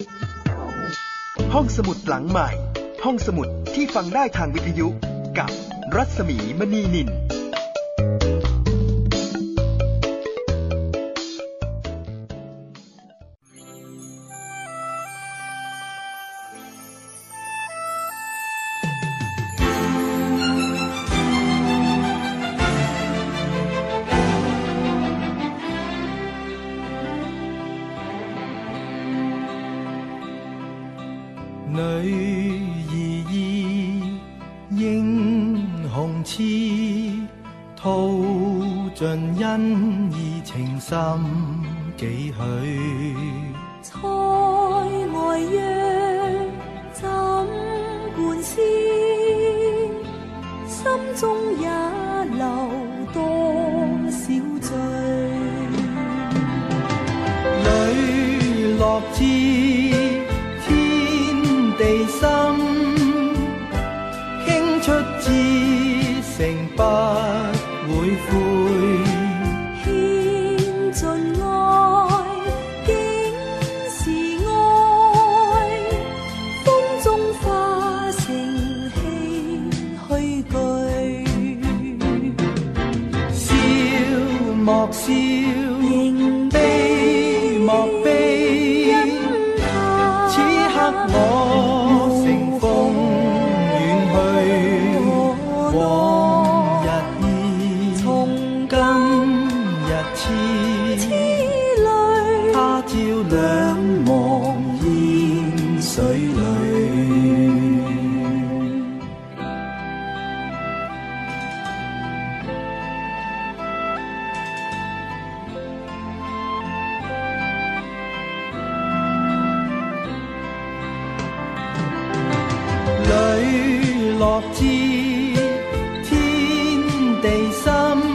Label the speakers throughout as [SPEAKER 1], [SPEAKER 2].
[SPEAKER 1] ห้องสมุดหลังใหม่ห้องสมุดที่ฟังได้ทางวิทยุกับรัศมีมณีนิน
[SPEAKER 2] 幾許
[SPEAKER 3] 塞外約怎灌思，心中也留多少醉。
[SPEAKER 2] 磊落至天地心，傾出至誠不會悔。笑仍悲莫悲，此刻我乘風遠去，往日意，從今日痴淚，他朝兩忘煙水裏。落至天地心，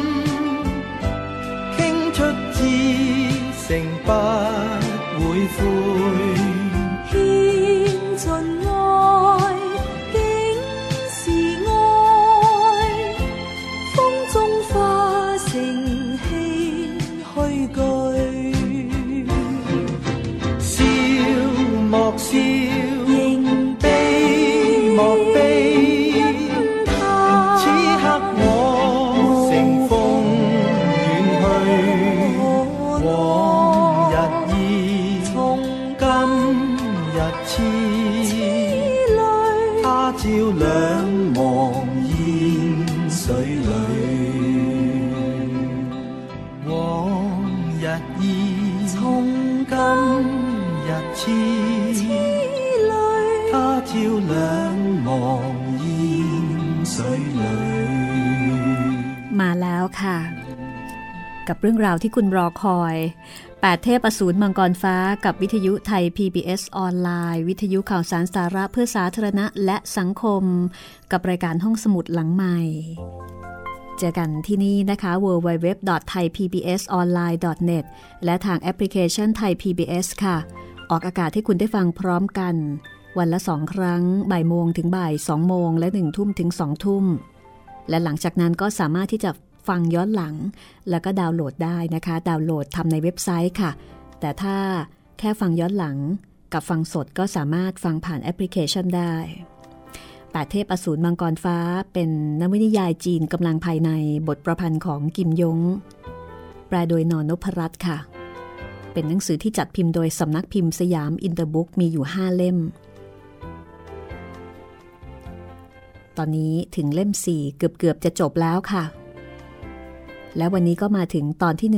[SPEAKER 2] 傾出至誠不會悔。
[SPEAKER 3] 獻盡愛，竟是愛，風中化成唏噓句。
[SPEAKER 2] 笑莫笑，仍悲莫悲。照兩忘煙水裏，往日意，從今日痴淚，他照兩忘煙水裏
[SPEAKER 4] มาแล้วค่ะกับเรื่องราวที่คุณรอคอย8เทพอสูรมังกรฟ้ากับวิทยุไทย PBS ออนไลน์วิทยุข่าวสารสาระเพื่อสาธารณะและสังคมกับรายการห้องสมุดหลังใหม่เจอกันที่นี่นะคะ www.thaipbsonline.net และทางแอปพลิเคชัน Thai PBS ค่ะออกอากาศให้คุณได้ฟังพร้อมกันวันละ2 ครั้งบ่ายโมงถึงบ่าย2 โมงและ1 ทุ่มถึง2 ทุ่มและหลังจากนั้นก็สามารถที่จะฟังย้อนหลังแล้วก็ดาวน์โหลดได้นะคะดาวน์โหลดทำในเว็บไซต์ค่ะแต่ถ้าแค่ฟังย้อนหลังกับฟังสดก็สามารถฟังผ่านแอปพลิเคชันได้8เทพอสูรมังกรฟ้าเป็นนวนิยายจีนกำลังภายในบทประพันธ์ของกิมยงแปลโดยนนพรัตน์ค่ะเป็นหนังสือที่จัดพิมพ์โดยสำนักพิมพ์สยามอินเตอร์บุ๊กมีอยู่5 เล่มตอนนี้ถึงเล่ม4เกือบจะจบแล้วค่ะและวันนี้ก็มาถึงตอนที่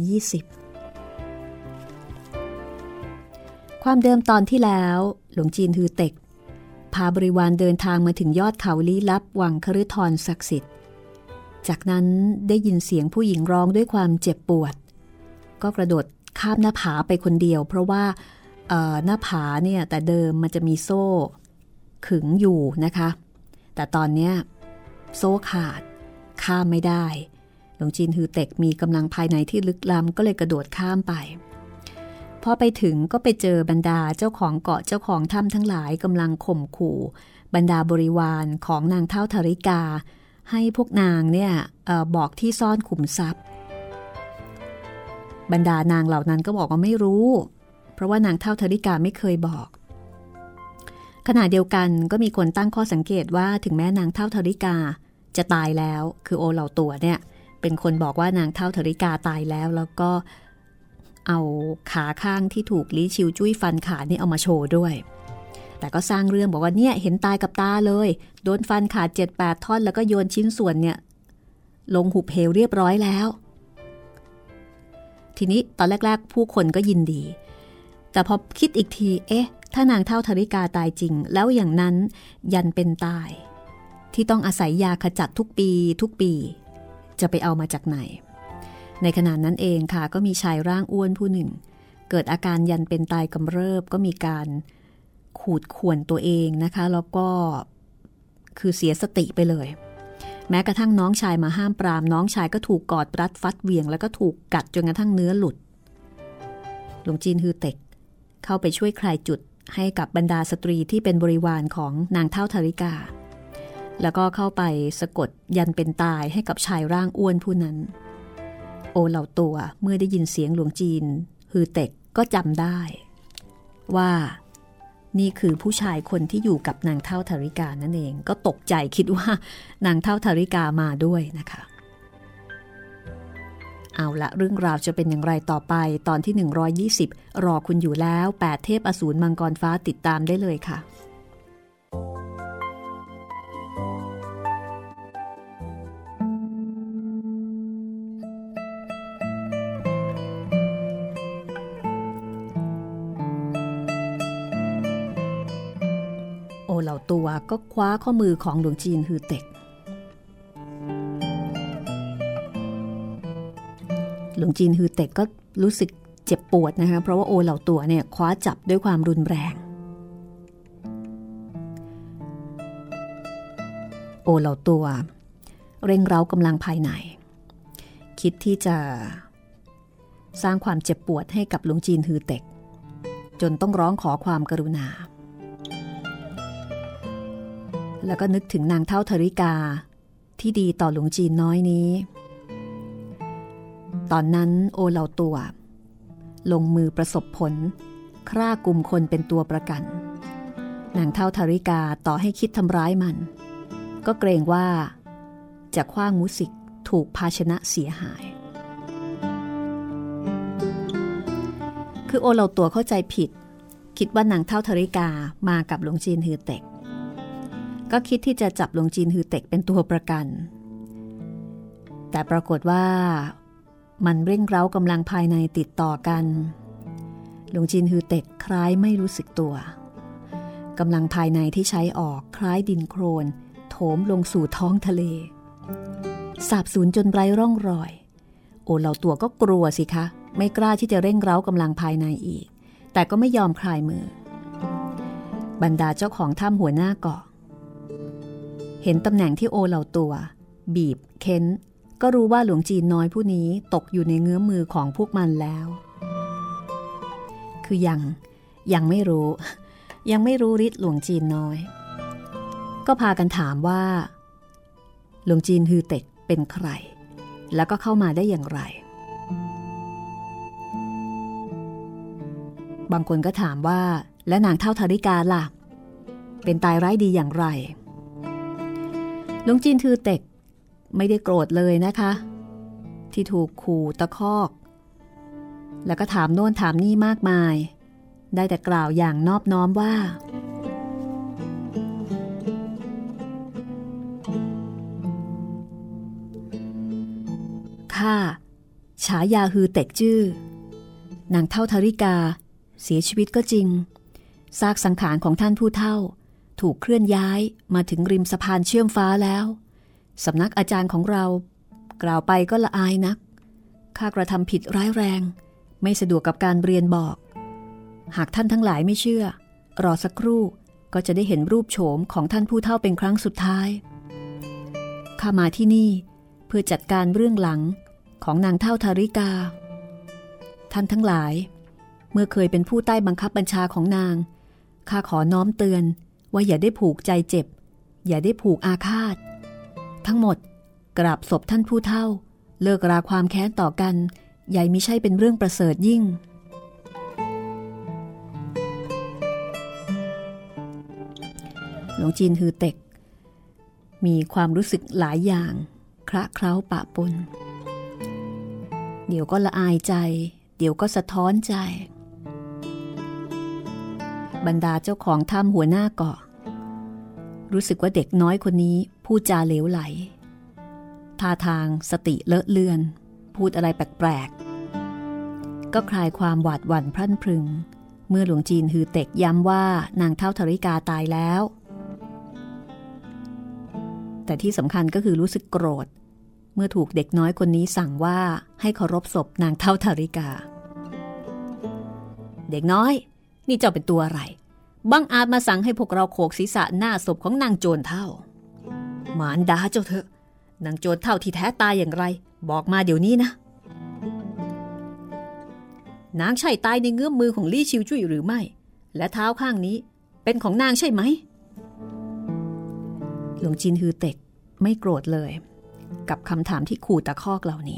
[SPEAKER 4] 120ความเดิมตอนที่แล้วหลวงจีนฮือเต็กพาบริวารเดินทางมาถึงยอดเขาลี้ลับวังคฤธรศักดิ์สิทธิ์จากนั้นได้ยินเสียงผู้หญิงร้องด้วยความเจ็บปวดก็กระโดดข้ามหน้าผาไปคนเดียวเพราะว่าหน้าผาเนี่ยแต่เดิมมันจะมีโซ่ขึงอยู่นะคะแต่ตอนนี้โซ่ขาดข้ามไม่ได้หลวงจีนฮือเต็กมีกำลังภายในที่ลึกล้ำก็เลยกระโดดข้ามไปพอไปถึงก็ไปเจอบรรดาเจ้าของเกาะเจ้าของถ้ำทั้งหลายกำลังข่มขู่บรรดาบริวารของนางเฒ่าธาริกาให้พวกนางเนี่ยบอกที่ซ่อนขุมทรัพย์บรรดานางเหล่านั้นก็บอกว่าไม่รู้เพราะว่านางเฒ่าธริกาไม่เคยบอกขณะเดียวกันก็มีคนตั้งข้อสังเกตว่าถึงแม้นางเฒ่าธริกาจะตายแล้วคือโอเหล่าตัวเนี่ยเป็นคนบอกว่านางเฒ่าธริกาตายแล้วก็เอาขาข้างที่ถูกลี้ชิวจุ้ยฟันขานี่เอามาโชว์ด้วยแต่ก็สร้างเรื่องบอกว่าเนี่ยเห็นตายกับตาเลยโดนฟันขาด 7-8 ท่อนแล้วก็โยนชิ้นส่วนเนี่ยลงหุบเหวเรียบร้อยแล้วทีนี้ตอนแรกๆผู้คนก็ยินดีแต่พอคิดอีกทีถ้านางเฒ่าธริกาตายจริงแล้วอย่างนั้นยันเป็นตายที่ต้องอาศัยยาขจัดทุกปีจะไปเอามาจากไหนในขณะนั้นเองค่ะก็มีชายร่างอ้วนผู้หนึ่งเกิดอาการยันเป็นตายกำเริบก็มีการขูดข่วนตัวเองนะคะแล้วก็คือเสียสติไปเลยแม้กระทั่งน้องชายมาห้ามปรามน้องชายก็ถูกกอดรัดฟัดเหวี่ยงแล้วก็ถูกกัดจนกระทั่งเนื้อหลุดหลวงจีนฮือเต็กเข้าไปช่วยคลายจุดให้กับบรรดาสตรีที่เป็นบริวารของนางเฒ่าธริกาแล้วก็เข้าไปสะกดยันเป็นตายให้กับชายร่างอ้วนผู้นั้นโอเหล่าตัวเมื่อได้ยินเสียงหลวงจีนฮือเต็กก็จำได้ว่านี่คือผู้ชายคนที่อยู่กับนางเฒ่าธริกานั่นเองก็ตกใจคิดว่านางเฒ่าธริกามาด้วยนะคะเอาละเรื่องราวจะเป็นอย่างไรต่อไปตอนที่120รอคุณอยู่แล้ว8เทพอสูรมังกรฟ้าติดตามได้เลยค่ะโอเหล่าตัวก็คว้าข้อมือของหลวงจีนฮือเต็กหลวงจีนฮือเต็กก็รู้สึกเจ็บปวดนะคะเพราะว่าโอเหล่าตัวเนี่ยคว้าจับด้วยความรุนแรงโอเหล่าตัวเร่งเร้ากำลังภายในคิดที่จะสร้างความเจ็บปวดให้กับหลวงจีนฮือเต็กจนต้องร้องขอความกรุณาแล้วก็นึกถึงนางเฒ่าธริกาที่ดีต่อหลวงจีนน้อยนี้ตอนนั้นโอเหล่าตัวลงมือประสบผลฆ่ากลุ่มคนเป็นตัวประกันนางเฒ่าธริกาต่อให้คิดทำร้ายมันก็เกรงว่าจะขว้างมุสิกถูกภาชนะเสียหายคือโอเหล่าตัวเข้าใจผิดคิดว่านางเฒ่าธริกามากับหลวงจีนฮือเต็กก็คิดที่จะจับหลวงจีนฮือเต็กเป็นตัวประกันแต่ปรากฏว่ามันเร่งเร้ากำลังภายในติดต่อกันหลวงจีนฮือเต็กคล้ายไม่รู้สึกตัวกำลังภายในที่ใช้ออกคล้ายดินโคลนโถมลงสู่ท้องทะเลสาบสูญจนไร้ร่องรอยโอเหล่าตัวก็กลัวสิคะไม่กล้าที่จะเร่งเร้ากำลังภายในอีกแต่ก็ไม่ยอมคลายมือบรรดาเจ้าของถ้ำหัวหน้าเกาะเห็นตำแหน่งที่โอเหล่าตัวบีบเค้นก็รู้ว่าหลวงจีนน้อยผู้นี้ตกอยู่ในเงื้อมือของพวกมันแล้วคือยังไม่รู้ฤทธิ์หลวงจีนน้อยก็พากันถามว่าหลวงจีนฮือเต็กเป็นใครแล้วก็เข้ามาได้อย่างไรบางคนก็ถามว่าและนางเฒ่าธริกาล่ะเป็นตายร้ายดีอย่างไรหลวงจีนฮือเต็กไม่ได้โกรธเลยนะคะที่ถูกขู่ตะคอกแล้วก็ถามโน่นถามนี่มากมายได้แต่กล่าวอย่างนอบน้อมว่าข้าฉายาฮือเต็กจื้อนางเฒ่าธริกาเสียชีวิตก็จริงซากสังขารของท่านผู้เฒ่าถูกเคลื่อนย้ายมาถึงริมสะพานเชื่อมฟ้าแล้วสำนักอาจารย์ของเรากล่าวไปก็ละอายนักข้ากระทำผิดร้ายแรงไม่สะดวกกับการเรียนบอกหากท่านทั้งหลายไม่เชื่อรอสักครู่ก็จะได้เห็นรูปโฉมของท่านผู้เฒ่าเป็นครั้งสุดท้ายข้ามาที่นี่เพื่อจัดการเรื่องหลังของนางเฒ่าธริกาท่านทั้งหลายเมื่อเคยเป็นผู้ใต้บังคับบัญชาของนางข้าขอน้อมเตือนว่าอย่าได้ผูกใจเจ็บอย่าได้ผูกอาฆาตทั้งหมดกราบศพท่านผู้เฒ่าเลิกราความแค้นต่อกันใหญ่มิใช่เป็นเรื่องประเสริฐยิ่งหลวงจีนฮือเต็กมีความรู้สึกหลายอย่างคละเคล้าปะปนเดี๋ยวก็ละอายใจเดี๋ยวก็สะท้อนใจบรรดาเจ้าของถ้ำหัวหน้าเกาะรู้สึกว่าเด็กน้อยคนนี้พูดจาเหลวไหลท่าทางสติเลอะเลือนพูดอะไรแปลกๆก็คลายความหวาดหวั่นพรั่นพรึงเมื่อหลวงจีนฮือเต็กย้ำว่านางเฒ่าธริกาตายแล้วแต่ที่สำคัญก็คือรู้สึกโกรธเมื่อถูกเด็กน้อยคนนี้สั่งว่าให้เคารพศพนางเฒ่าธริกาเด็กน้อยนี่เจ้าเป็นตัวอะไรบังอาจมาสั่งให้พวกเราโขกศีรษะหน้าศพของนางโจรเฒ่าหมารดาเจ้าเถอะนางโจรเฒ่าที่แท้ตายอย่างไรบอกมาเดี๋ยวนี้นะนางใช่ตายในเงื้อมมือของลี่ชิวจุ้ยหรือไม่และเท้าข้างนี้เป็นของนางใช่ไหมหลวงจินฮือเต็กไม่โกรธเลยกับคำถามที่ขู่ตะคอกเหล่านี้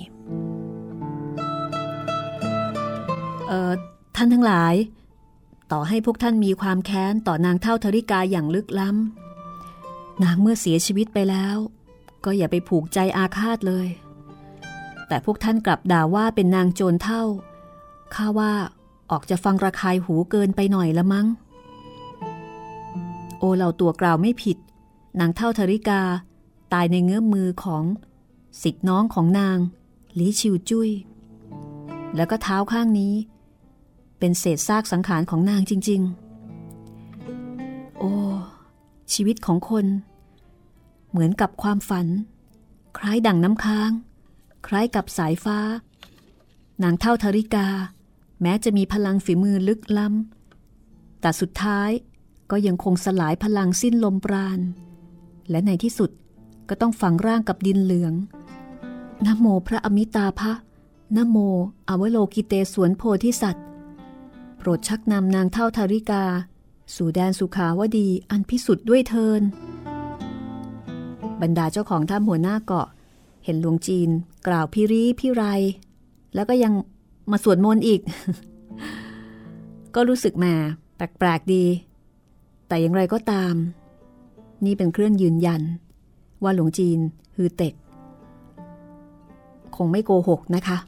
[SPEAKER 4] ท่านทั้งหลายต่อให้พวกท่านมีความแค้นต่อนางเฒ่าธริกาอย่างลึกล้ำนางเมื่อเสียชีวิตไปแล้วก็อย่าไปผูกใจอาฆาตเลยแต่พวกท่านกลับด่าว่าเป็นนางโจรเฒ่าข้าว่าออกจะฟังระคายหูเกินไปหน่อยละมั้งโอเหล่าตัวกล่าวไม่ผิดนางเฒ่าธริกาตายในเงื้อมมือของศิษย์น้องของนางลี่ชิวจุ้ยแล้วก็เท้าข้างนี้เป็นเศษซากสังขารของนางจริงๆโอ้ชีวิตของคนเหมือนกับความฝันคล้ายดั่งน้ำค้างคล้ายกับสายฟ้านางเฒ่าธริกาแม้จะมีพลังฝีมือลึกล้ำแต่สุดท้ายก็ยังคงสลายพลังสิ้นลมปราณและในที่สุดก็ต้องฝังร่างกับดินเหลืองนะโมพระอมิตาภะนะโมอวโลกิเตศวนโพธิสัตว์โปรดชักนำนางเฒ่าธริกาสู่แดนสุขาวดีอันพิสุทธิ์ด้วยเทินบรรดาเจ้าของถ้ำหัวหน้าเกาะเห็นหลวงจีนกล่าวพิรีพิไรแล้วก็ยังมาสวดมนต์อีก ก็รู้สึกแหมแปลกๆดีแต่อย่างไรก็ตามนี่เป็นเครื่องยืนยันว่าหลวงจีนฮือเต็กคงไม่โกหกนะคะ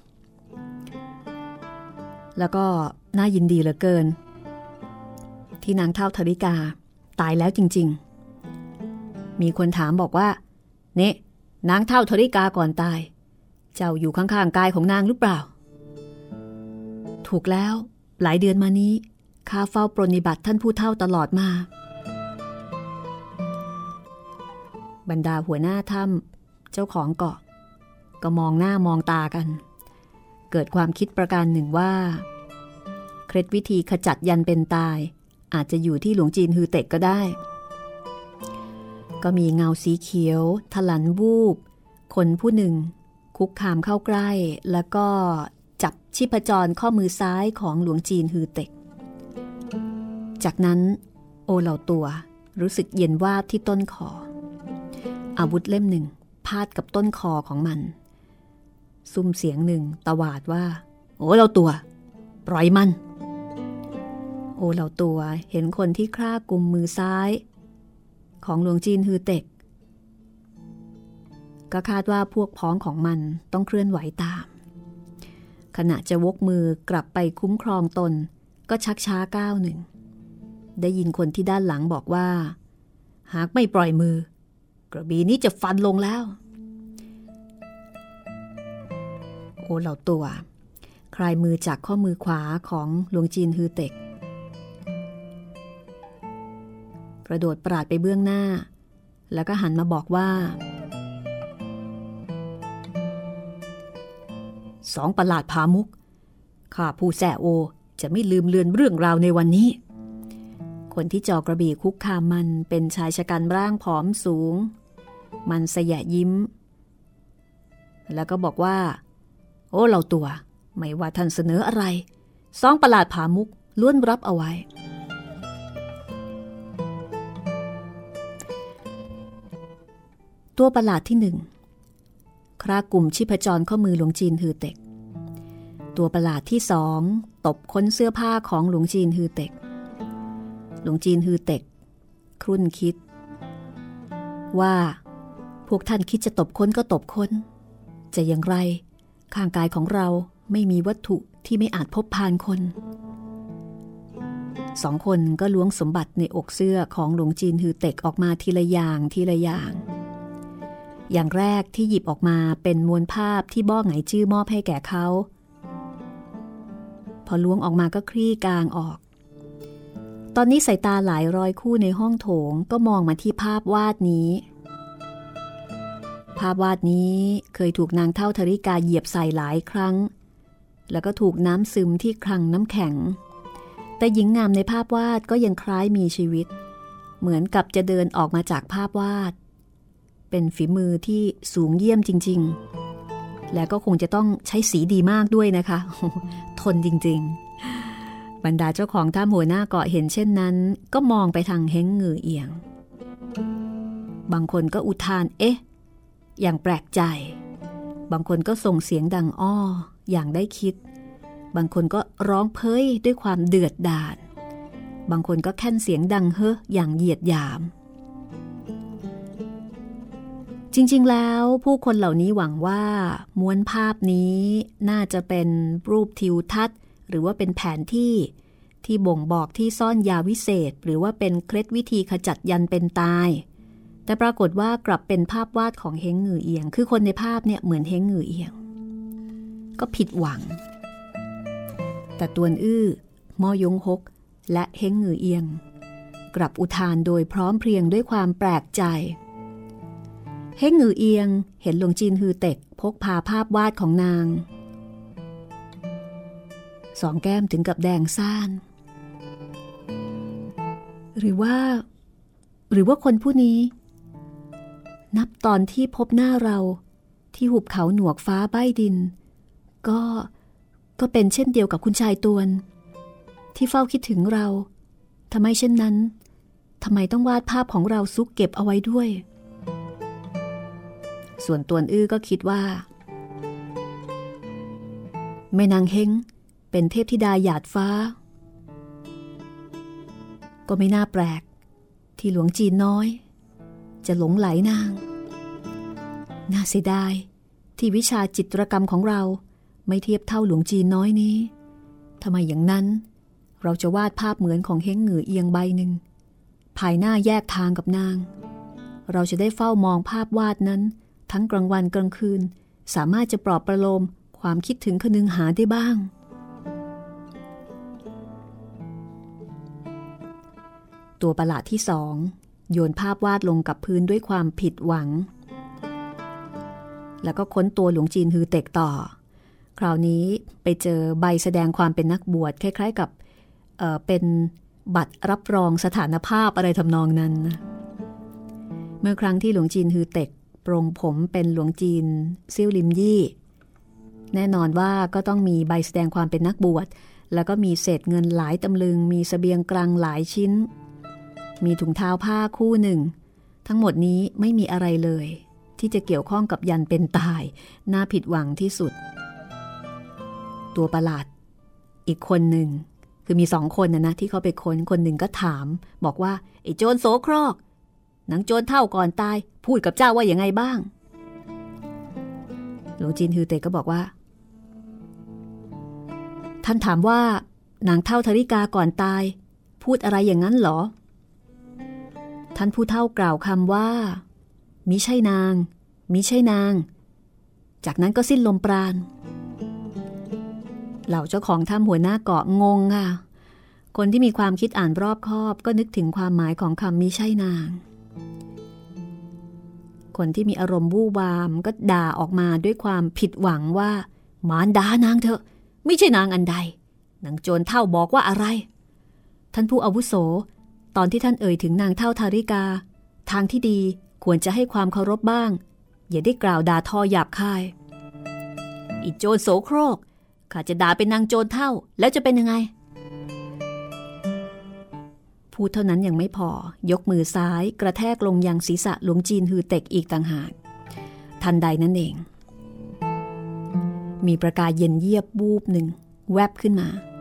[SPEAKER 4] แล้วก็น่ายินดีเหลือเกินที่นางเฒ่าธริกาตายแล้วจริงๆมีคนถามบอกว่าเนี่ยนางเฒ่าธริกาก่อนตายเจ้าอยู่ข้างๆกายของนางหรือเปล่าถูกแล้วหลายเดือนมานี้ข้าเฝ้าปรนนิบัติท่านผู้เฒ่าตลอดมาบรรดาหัวหน้าถ้ำเจ้าของเกาะก็มองหน้ามองตากันเกิดความคิดประการหนึ่งว่าเคล็ดวิธีขจัดยันเป็นตายอาจจะอยู่ที่หลวงจีนฮือเต็กก็ได้ก็มีเงาสีเขียวถลันวูบคนผู้หนึ่งคุกคามเข้าใกล้แล้วก็จับชีพจรข้อมือซ้ายของหลวงจีนฮือเต็กจากนั้นโอเหล่าตัวรู้สึกเย็นวาบที่ต้นคออาวุธเล่มหนึ่งพาดกับต้นคอของมันซุ่มเสียงหนึ่งตวาดว่าโอ้เหล่าตัวปล่อยมันโอเหล่าตัวเห็นคนที่คร่ากุมมือซ้ายของหลวงจีนฮือเต็กก็คาดว่าพวกพ้องของมันต้องเคลื่อนไหวตามขณะจะวกมือกลับไปคุ้มครองตนก็ชักช้าก้าวหนึ่งได้ยินคนที่ด้านหลังบอกว่าหากไม่ปล่อยมือกระบี่นี้จะฟันลงแล้วโอเหล่าตัวคลายมือจากข้อมือขวาของหลวงจีนฮือเต็กกระโดดปราดไปเบื้องหน้าแล้วก็หันมาบอกว่าสองประหลาดผามุกข้าผู้แส่โอจะไม่ลืมเลือนเรื่องราวในวันนี้คนที่จ่อกระบี่คุกคามมันเป็นชายชะกันร่างผอมสูงมันสยะยิ้มแล้วก็บอกว่าโอ้เหล่าตัวไม่ว่าท่านเสนออะไรสองประหลาดผามุกล้วนรับเอาไว้ตัวประหลาดที่หนึ่งคร่ากลุ่มชีพจรข้อมือหลวงจีนฮือเต็กตัวประหลาดที่สองตบค้นเสื้อผ้าของหลวงจีนฮือเต็กหลวงจีนฮือเต็กครุ่นคิดว่าพวกท่านคิดจะตบค้นก็ตบค้นจะอย่างไรข้างกายของเราไม่มีวัตถุที่ไม่อาจพบพานคนสองคนก็ล้วงสมบัติในอกเสื้อของหลวงจีนฮือเต็กออกมาทีละอย่างทีละอย่างอย่างแรกที่หยิบออกมาเป็นมวลภาพที่บ้อไหงจื้อมอบให้แก่เขาพอล้วงออกมาก็คลี่กลางออกตอนนี้สายตาหลายร้อยคู่ในห้องโถงก็มองมาที่ภาพวาดนี้ภาพวาดนี้เคยถูกนางเฒ่าธริกาเหยียบใส่หลายครั้งแล้วก็ถูกน้ำซึมที่คลังน้ำแข็งแต่หญิงงามในภาพวาดก็ยังคล้ายมีชีวิตเหมือนกับจะเดินออกมาจากภาพวาดเป็นฝีมือที่สูงเยี่ยมจริงๆและก็คงจะต้องใช้สีดีมากด้วยนะคะ ทนจริงๆบรรดาเจ้าของถ้ำหัวหน้าเกาะเห็นเช่นนั้นก็มองไปทางเฮ้งเหงือเอียงบางคนก็อุทานเอ๊ะอย่างแปลกใจบางคนก็ส่งเสียงดังอ้ออย่างได้คิดบางคนก็ร้องเพ้ยด้วยความเดือดดาลบางคนก็แค่นเสียงดังเฮ้ออย่างเหยียดหยามจริงๆแล้วผู้คนเหล่านี้หวังว่าม้วนภาพนี้น่าจะเป็นรูปทิวทัศน์หรือว่าเป็นแผนที่บ่งบอกที่ซ่อนยาวิเศษหรือว่าเป็นเคล็ดวิธีขจัดยันเป็นตายแต่ปรากฏว่ากลับเป็นภาพวาดของเฮ้งเหงือเอียงคือคนในภาพเนี่ยเหมือนเฮ้งเหงือเอียงก็ผิดหวังแต่ตวนอื้อม่อยงฮกและเฮ้งเหงือเอียงกลับอุทานโดยพร้อมเพรียงด้วยความแปลกใจเฮ้งเหงือเอียงเห็นหลวงจีนฮือเต็กพกพาภาพวาดของนางสองแก้มถึงกับแดงซ่านหรือว่าคนผู้นี้นับตอนที่พบหน้าเราที่หุบเขาหนวกฟ้าใบ้ดินก็เป็นเช่นเดียวกับคุณชายตวนที่เฝ้าคิดถึงเราทำไมเช่นนั้นทำไมต้องวาดภาพของเราซุกเก็บเอาไว้ด้วยส่วนตวนอื้อก็คิดว่าแม่นางเฮงเป็นเทพธิดาหยาดฟ้าก็ไม่น่าแปลกที่หลวงจีนน้อยจะหลงไหลนางน่าเสียดายที่วิชาจิตรกรรมของเราไม่เทียบเท่าหลวงจีนน้อยนี้ทำไมอย่างนั้นเราจะวาดภาพเหมือนของเฮ้งเหงือเอียงใบหนึ่งภายหน้าแยกทางกับนางเราจะได้เฝ้ามองภาพวาดนั้นทั้งกลางวันกลางคืนสามารถจะปลอบประโลมความคิดถึงคนึงหาได้บ้างตัวประหลาดที่สองโยนภาพวาดลงกับพื้นด้วยความผิดหวังแล้วก็ค้นตัวหลวงจีนฮือเต็กต่อคราวนี้ไปเจอใบแสดงความเป็นนักบวชคล้ายๆกับเป็นบัตรรับรองสถานภาพอะไรทำนองนั้นนะเมื่อครั้งที่หลวงจีนฮือเต็กปรงผมเป็นหลวงจีนเซี่ยวลิมยี่แน่นอนว่าก็ต้องมีใบแสดงความเป็นนักบวชแล้วก็มีเศษเงินหลายตำลึงมีเสบียงกลางหลายชิ้นมีถุงเท้าผ้าคู่หนึ่งทั้งหมดนี้ไม่มีอะไรเลยที่จะเกี่ยวข้องกับยันเป็นตายน่าผิดหวังที่สุดตัวประหลาดอีกคนหนึ่งคือมี2 คนนะที่เขาไปค้นคนหนึ่งก็ถามบอกว่าไอ้โจรโสโครกหนังโจรเท่าก่อนตายพูดกับเจ้าว่าอย่างไงบ้างหลวงจีนฮือเต็กก็บอกว่าท่านถามว่านางเฒ่าธริกาก่อนตายพูดอะไรอย่างนั้นเหรอท่านผู้เฒ่ากล่าวคำว่ามิใช่นางมิใช่นางจากนั้นก็สิ้นลมปราณเหล่าเจ้าของถ้ำหัวหน้าเกาะงงค่ะคนที่มีความคิดอ่านรอบคอบก็นึกถึงความหมายของคำมิใช่นางคนที่มีอารมณ์วู่วามก็ด่าออกมาด้วยความผิดหวังว่ามารดานางเถอะไม่ใช่นางอันใดนางโจรเฒ่าบอกว่าอะไรท่านผู้อาวุโสตอนที่ท่านเอ่ยถึงนางเฒ่าธาริกาทางที่ดีควรจะให้ความเคารพบ้างอย่าได้กล่าวด่าทอหยาบคายอีโจรโสโครกข้าจะด่าเป็นนางโจรเฒ่าแล้วจะเป็นยังไงพูดเท่านั้นยังไม่พอยกมือซ้ายกระแทกลงยังศีรษะหลวงจีนฮือเต็กอีกต่างหากทันใดนั่นเองมีประกายเย็นเยียบวูบหนึ่งแวบขึ้น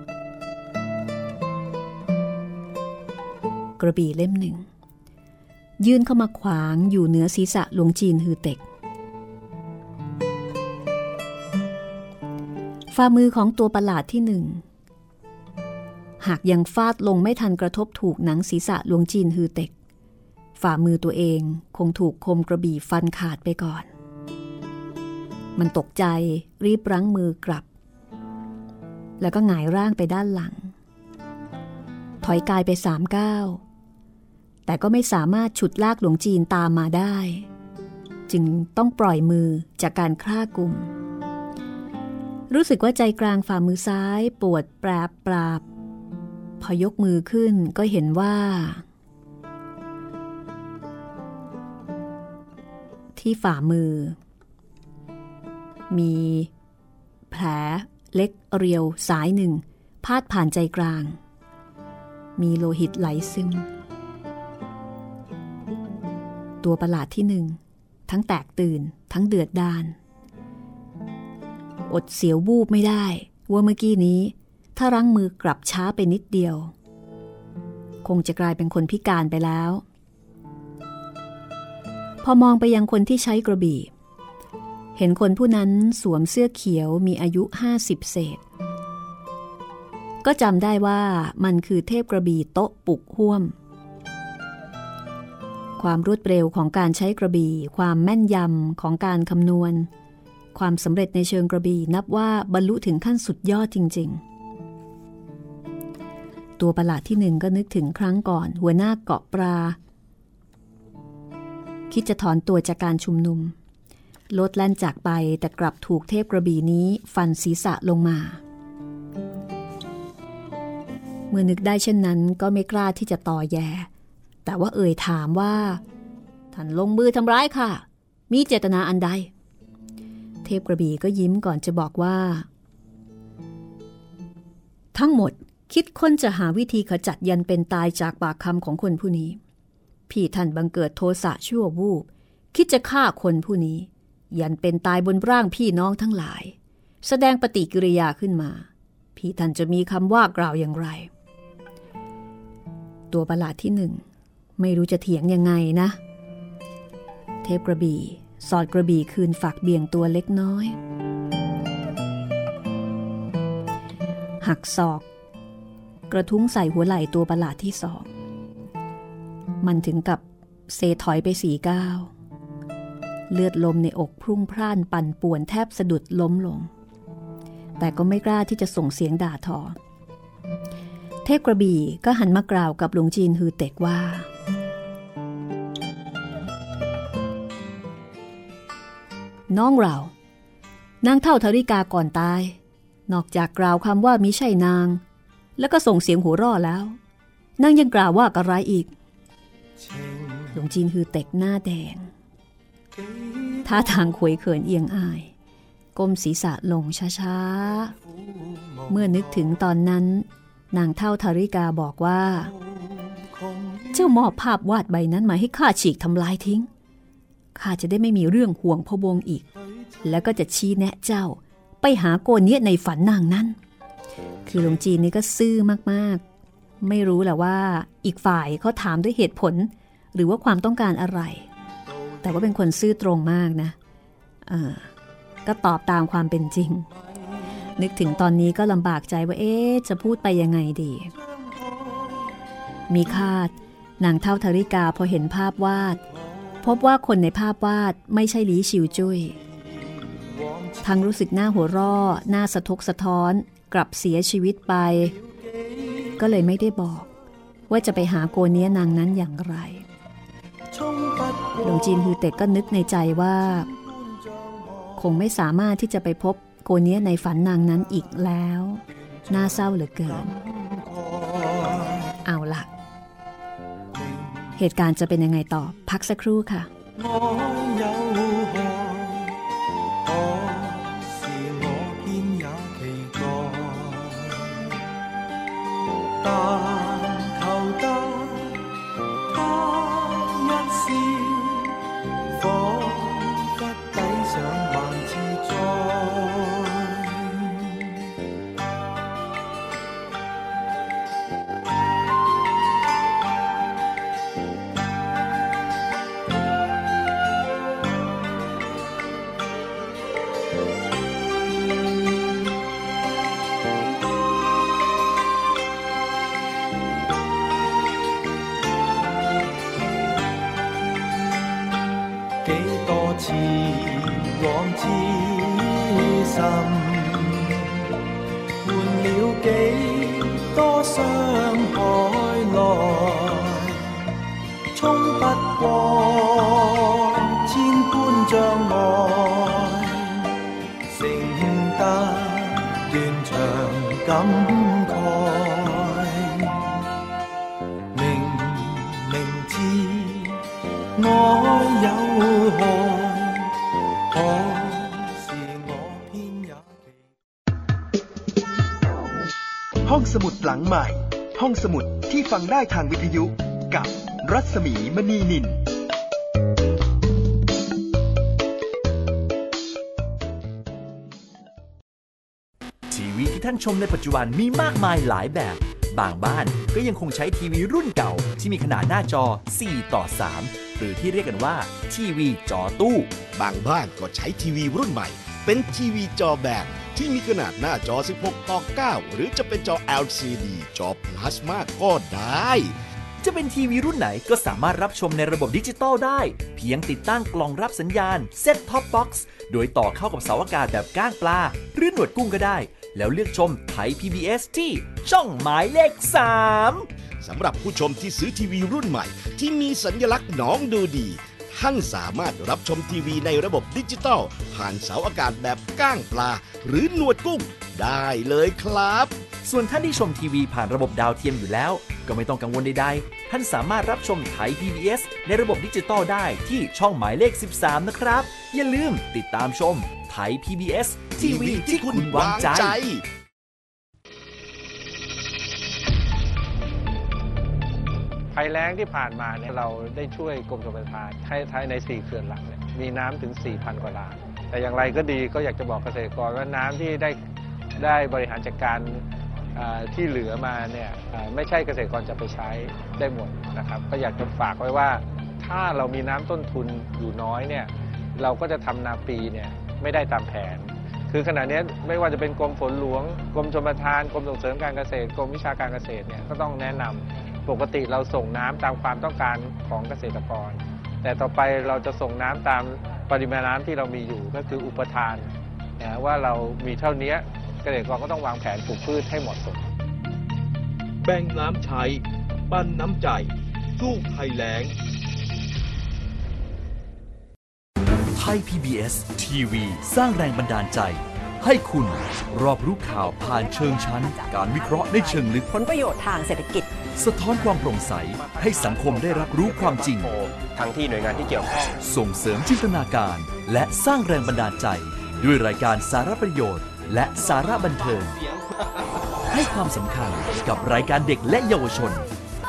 [SPEAKER 4] มากระบี่เล่มหนึ่งยื่นเข้ามาขวางอยู่เหนือศีรษะหลวงจีนฮือเต็กฝ่ามือของตัวประหลาดที่หนึ่งหากยังฟาดลงไม่ทันกระทบถูกหนังศีรษะหลวงจีนฮือเต็กฝ่ามือตัวเองคงถูกคมกระบี่ฟันขาดไปก่อนมันตกใจรีบรั้งมือกลับแล้วก็หงายร่างไปด้านหลังถอยกายไป3 ก้าวแต่ก็ไม่สามารถฉุดลากหลวงจีนตามมาได้จึงต้องปล่อยมือจากการคร่ากุมรู้สึกว่าใจกลางฝ่ามือซ้ายปวดแปรปราบพอยกมือขึ้นก็เห็นว่าที่ฝ่ามือมีแผลเล็กเรียวสายหนึ่งพาดผ่านใจกลางมีโลหิตไหลซึมตัวประหลาดที่หนึ่งทั้งแตกตื่นทั้งเดือดดาลอดเสียววูบไม่ได้ว่าเมื่อกี้นี้ถ้ารั้งมือกลับช้าไปนิดเดียวคงจะกลายเป็นคนพิการไปแล้วพอมองไปยังคนที่ใช้กระบี่เห็นคนผู้นั้นสวมเสื้อเขียวมีอายุ50 เศษก็จำได้ว่ามันคือเทพกระบี่โต๊ะปุกห่วมความรวดเร็วของการใช้กระบี่ความแม่นยำของการคำนวณความสำเร็จในเชิงกระบี่นับว่าบรรลุถึงขั้นสุดยอดจริงๆตัวประหลาดที่หนึ่งก็นึกถึงครั้งก่อนหัวหน้าเกาะปลาคิดจะถอนตัวจากการชุมนุมโลดแล่นจากไปแต่กลับถูกเทพกระบี่นี้ฟันศีรษะลงมาเมื่อนึกได้เช่นนั้นก็ไม่กล้าที่จะต่อแย่แต่ว่าเอ่ยถามว่าท่านลงมือทำร้ายค่ะมีเจตนาอันใดเทพกระบี่ก็ยิ้มก่อนจะบอกว่าทั้งหมดคิดค้นจะหาวิธีขจัดยันเป็นตายจากปากคำของคนผู้นี้พี่ท่านบังเกิดโทสะชั่ววูบคิดจะฆ่าคนผู้นี้ยันเป็นตายบนร่างพี่น้องทั้งหลายแสดงปฏิกิริยาขึ้นมาพี่ท่านจะมีคำว่ากล่าวอย่างไรตัวประหลาดที่หนึ่งไม่รู้จะเถียงยังไงนะเทพกระบี่สอดกระบี่คืนฝักเบี่ยงตัวเล็กน้อยหักศอกกระทุ้งใส่หัวไหล่ตัวประหลาดที่สองมันถึงกับเซถอยไป4 ก้าวเลือดลมในอกพรุ่งพร่านปั่นป่วนแทบสะดุดล้มลงแต่ก็ไม่กล้าที่จะส่งเสียงด่าทอเทพกระบี่ก็หันมากล่าวกับหลวงจีนฮือเต็กว่าน้องเรานางเฒ่าธริกาก่อนตายนอกจากกล่าวคำว่ามิใช่นางแล้วก็ส่งเสียงหัวเราะแล้วนางยังกล่าวว่าอะไรอีกหลวงจีนฮือเต็กหน้าแดงท่าทางขวยเขินเอียงอายก้มศีรษะลงช้าๆเมื่อนึกถึงตอนนั้นนางเฒ่าธริกาบอกว่าเจ้ามอบภาพวาดใบนั้นมาให้ข้าฉีกทำลายทิ้งข้าจะได้ไม่มีเรื่องห่วงพะวงอีกแล้วก็จะชี้แนะเจ้าไปหาโกนเนี้ยในฝันนางนั้นคือหลวงจีนนี่ก็ซื่อมากๆไม่รู้แหละว่าอีกฝ่ายเขาถามด้วยเหตุผลหรือว่าความต้องการอะไรแต่ว่าเป็นคนซื่อตรงมากนะก็ตอบตามความเป็นจริงนึกถึงตอนนี้ก็ลำบากใจว่าจะพูดไปยังไงดีมีคาดนางเฒ่าธริกาพอเห็นภาพวาดพบว่าคนในภาพวาดไม่ใช่หลีชิวจุ้ยทั้งรู้สึกหน้าหัวร่อหน้าสะทกสะท้อนกลับเสียชีวิตไปก็เลยไม่ได้บอกว่าจะไปหาโกเนี้ยนางนั้นอย่างไรหลวงจีนฮือเต็กก็นึกในใจว่าคงไม่สามารถที่จะไปพบโกเนี้ยในฝันนางนั้นอีกแล้วน่าเศร้าเหลือเกินเอาล่ะเหตุการณ์จะเป็นยังไงต่อพักสักครู่ค่ะ
[SPEAKER 2] 似往之深，換了幾多傷海來，衝不過千般障礙，剩得斷腸感慨。明明知愛有害，可是我偏也
[SPEAKER 1] ห้องสมุดหลังใหม่ห้องสมุดที่ฟังได้ทางวิทยุกับรัศมีมณีนิน
[SPEAKER 5] ทีวีที่ท่านชมในปัจจุบันมีมากมายหลายแบบบางบ้านก็ยังคงใช้ทีวีรุ่นเก่าที่มีขนาดหน้าจอ 4:3 หรือที่เรียกกันว่าทีวีจอตู้
[SPEAKER 6] บางบ้านก็ใช้ทีวีรุ่นใหม่เป็นทีวีจอแบนที่มีขนาดหน้าจอ 16:9 หรือจะเป็นจอ LCD จอพลาสมาก็ได้
[SPEAKER 5] จะเป็นทีวีรุ่นไหนก็สามารถรับชมในระบบดิจิตอลได้เพียงติดตั้งกล่องรับสัญญาณ Set Top Box โดยต่อเข้ากับเสาอากาศแบบก้างปลาหรือหนวดกุ้งก็ได้แล้วเลือกชมไทย PBS ที่ช่องหมายเลข 3
[SPEAKER 6] สำหรับผู้ชมที่ซื้อทีวีรุ่นใหม่ที่มีสัญลักษณ์น้องดูดีท่านสามารถรับชมทีวีในระบบดิจิตอลผ่านเสาอากาศแบบก้างปลาหรือหนวดกุ้งได้เลยครับ
[SPEAKER 5] ส่วนท่านที่ชมทีวีผ่านระบบดาวเทียมอยู่แล้วก็ไม่ต้องกังวลใดๆท่านสามารถรับชมไทย PBS ในระบบดิจิตอลได้ที่ช่องหมายเลข 13 นะครับอย่าลืมติดตามชมไทย PBS ทีวีที่คุณวางใจ
[SPEAKER 7] ภัยแล้งที่ผ่านมาเนี่ยเราได้ช่วยกรมชลประทานให้ใน4เขื่อนหลักเนี่ยมีน้ำถึง 4,000 กว่าล้านแต่อย่างไรก็ดีก็อยากจะบอกเกษตรกรว่าน้ำที่ได้บริหารจัดการที่เหลือมาเนี่ยไม่ใช่เกษตรกรจะไปใช้ได้หมดนะครับก็อยากจะฝากไว้ว่าถ้าเรามีน้ำต้นทุนอยู่น้อยเนี่ยเราก็จะทำนาปีเนี่ยไม่ได้ตามแผนคือขณะนี้ไม่ว่าจะเป็นกรมฝนหลวงกรมชลประทานกรมส่งเสริมการเกษตรกรมวิชาการเกษตรเนี่ยก็ต้องแนะนำปกติเราส่งน้ำตามความต้องการของเกษตรกรแต่ต่อไปเราจะส่งน้ำตามปริมาณน้ำที่เรามีอยู่ก็คืออุปทานนะว่าเรามีเท่านี้เกษตรกรก็ต้องวางแผนปลูกพืชให้เหมาะสม
[SPEAKER 8] แบ่งน้ำใช้ปั้นน้ำใจสู้ภัยแล้ง
[SPEAKER 5] ไทย PBS ทีวีสร้างแรงบันดาลใจให้คุณรอบรู้ข่าวผ่านเชิงชั้นการวิเคราะห์ในเชิงลึก
[SPEAKER 9] ผลประโยชน์ทางเศรษฐกิจ
[SPEAKER 5] สะท้อนความโปร่งใสให้สังคมได้รับรู้ความจริง
[SPEAKER 7] ทั้งที่หน่วยงานที่เกี่ยวข้อง
[SPEAKER 5] ส่งเสริมจินตนาการและสร้างแรงบันดาลใจด้วยรายการสาระประโยชน์และสาระบันเทิงให้ความสำคัญกับรายการเด็กและเยาวชน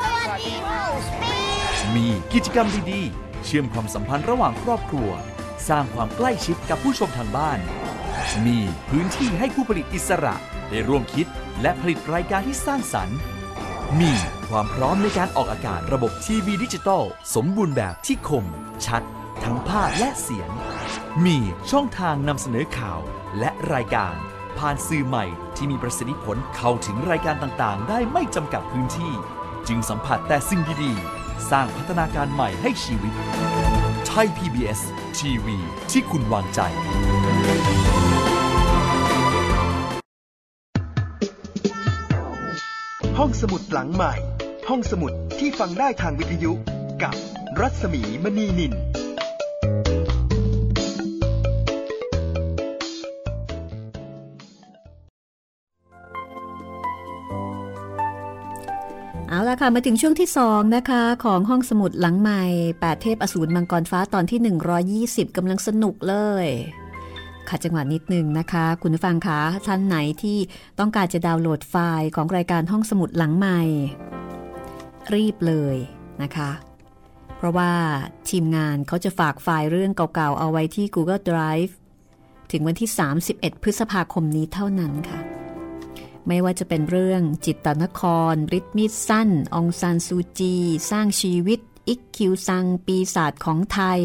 [SPEAKER 5] มีกิจกรรมดีๆเชื่อมความสัมพันธ์ระหว่างครอบครัวสร้างความใกล้ชิดกับผู้ชมทางบ้านมีพื้นที่ให้ผู้ผลิตอิสระได้ร่วมคิดและผลิตรายการที่สร้างสรรค์มีความพร้อมในการออกอากาศระบบทีวีดิจิตอลสมบูรณ์แบบที่คมชัดทั้งภาพและเสียงมีช่องทางนำเสนอข่าวและรายการผ่านสื่อใหม่ที่มีประสิทธิผลเข้าถึงรายการต่างๆได้ไม่จำกัดพื้นที่จึงสัมผัสแต่สิ่งดีๆสร้างพัฒนาการใหม่ให้ชีวิตไทย PBS ทีวีที่คุณวางใจ
[SPEAKER 1] ห้องสมุดหลังใหม่ห้องสมุดที่ฟังได้ทางวิทยุกับรัศมีมณีนิน
[SPEAKER 4] เอาล่ะค่ะมาถึงช่วงที่2นะคะของห้องสมุดหลังใหม่8เทพอสูรมังกรฟ้าตอนที่120กำลังสนุกเลยขัดจังหวะนิดนึงนะคะคุณผู้ฟังคะท่านไหนที่ต้องการจะดาวน์โหลดไฟล์ของรายการห้องสมุดหลังใหม่รีบเลยนะคะเพราะว่าทีมงานเขาจะฝากไฟล์เรื่องเก่าๆเอาไว้ที่ Google Drive ถึงวันที่31พฤษภาคมนี้เท่านั้นค่ะไม่ว่าจะเป็นเรื่องจิตตนครฤทธิ์มีดสั้นองซานซูจีสร้างชีวิตอิกคิวซังปีศาจของไทย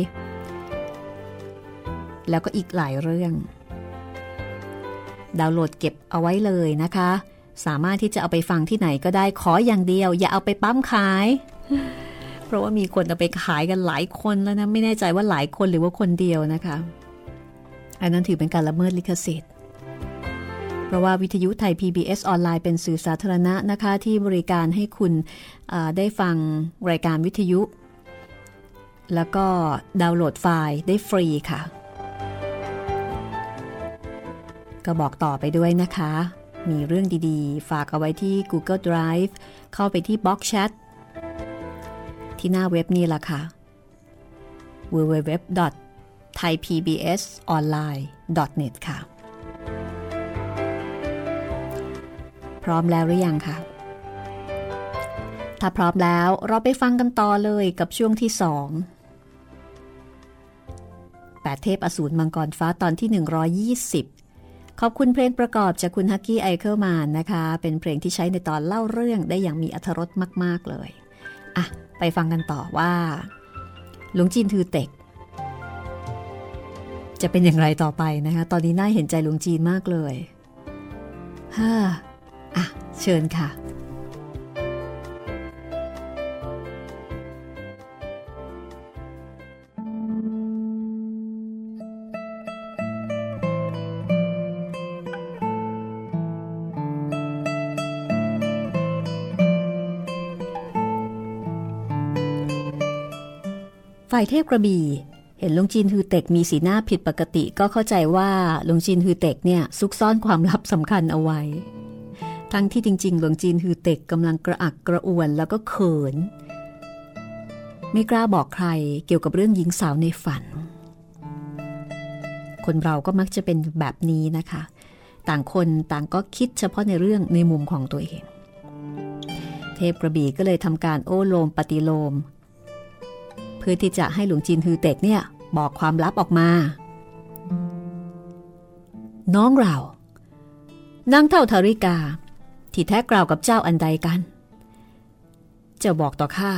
[SPEAKER 4] แล้วก็อีกหลายเรื่องดาวน์โหลดเก็บเอาไว้เลยนะคะสามารถที่จะเอาไปฟังที่ไหนก็ได้ขออย่างเดียวอย่าเอาไปปั๊มขายเพราะว่ามีคนเอาไปขายกันหลายคนแล้วนะไม่แน่ใจว่าหลายคนหรือว่าคนเดียวนะคะอันนั้นถือเป็นการละเมิดลิขสิทธิ์เพราะว่าวิทยุไทย PBS ออนไลน์เป็นสื่อสาธารณะนะคะที่บริการให้คุณได้ฟังรายการวิทยุแล้วก็ดาวน์โหลดไฟล์ได้ฟรีค่ะก็บอกต่อไปด้วยนะคะมีเรื่องดีๆฝากเอาไว้ที่ Google Drive เข้าไปที่ Box Chat ที่หน้าเว็บนี่ล่ะค่ะ www.thaipbsonline.net ค่ะพร้อมแล้วหรือยังคะถ้าพร้อมแล้วเราไปฟังกันต่อเลยกับช่วงที่2 8เทพอสูรมังกรฟ้าตอนที่120ขอบคุณเพลงประกอบจากคุณฮักกี้ไอเคิลแมนนะคะเป็นเพลงที่ใช้ในตอนเล่าเรื่องได้อย่างมีอรรถรสมากๆเลยอ่ะไปฟังกันต่อว่าหลวงจีนทือเต็กจะเป็นอย่างไรต่อไปนะคะตอนนี้น่าเห็นใจหลวงจีนมากเลยอ่ะเชิญค่ะฝ่ายเทพกระบี่เห็นหลวงจีนฮือเต็กมีสีหน้าผิดปกติก็เข้าใจว่าหลวงจีนฮือเต็กเนี่ยซุกซ่อนความลับสำคัญเอาไว้ทั้งที่จริงๆหลวงจีนฮือเต็กกำลังกระอักกระอ่วนแล้วก็เขินไม่กล้าบอกใครเกี่ยวกับเรื่องหญิงสาวในฝันคนเราก็มักจะเป็นแบบนี้นะคะต่างคนต่างก็คิดเฉพาะในเรื่องในมุมของตัวเองเทพกระบี่ก็เลยทำการโอ้โลมปฏิโลมเพื่อที่จะให้หลวงจีนฮือเต็กเนี่ยบอกความลับออกมาน้องเรานางเฒ่าธาริกาที่แท้กล่าวกับเจ้าอันใดกันเจ้าบอกต่อข้า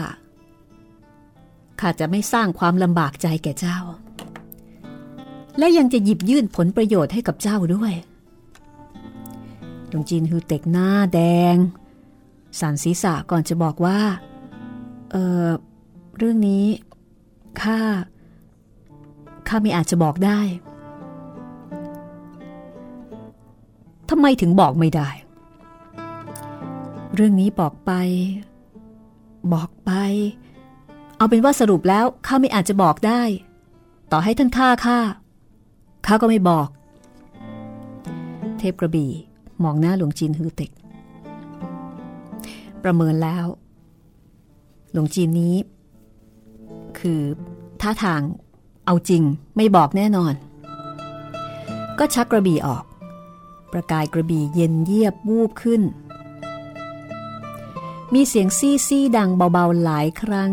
[SPEAKER 4] จะไม่สร้างความลำบากใจแก่เจ้าและยังจะหยิบยื่นผลประโยชน์ให้กับเจ้าด้วยหลวงจีนฮือเต็กหน้าแดงสั่นศีรษะก่อนจะบอกว่าเรื่องนี้ข้าไม่อาจจะบอกได้ทำไมถึงบอกไม่ได้เรื่องนี้บอกไปเอาเป็นว่าสรุปแล้วข้าไม่อาจจะบอกได้ต่อให้ท่านฆ่าข้าก็ไม่บอกเทพกระบี่มองหน้าหลวงจีนฮือเต็กประเมินแล้วหลวงจีนนี้คือท่าทางเอาจริงไม่บอกแน่นอนก็ชักกระบี่ออกประกายกระบี่เย็นเยียบวูบขึ้นมีเสียงซี่ดังเบาๆหลายครั้ง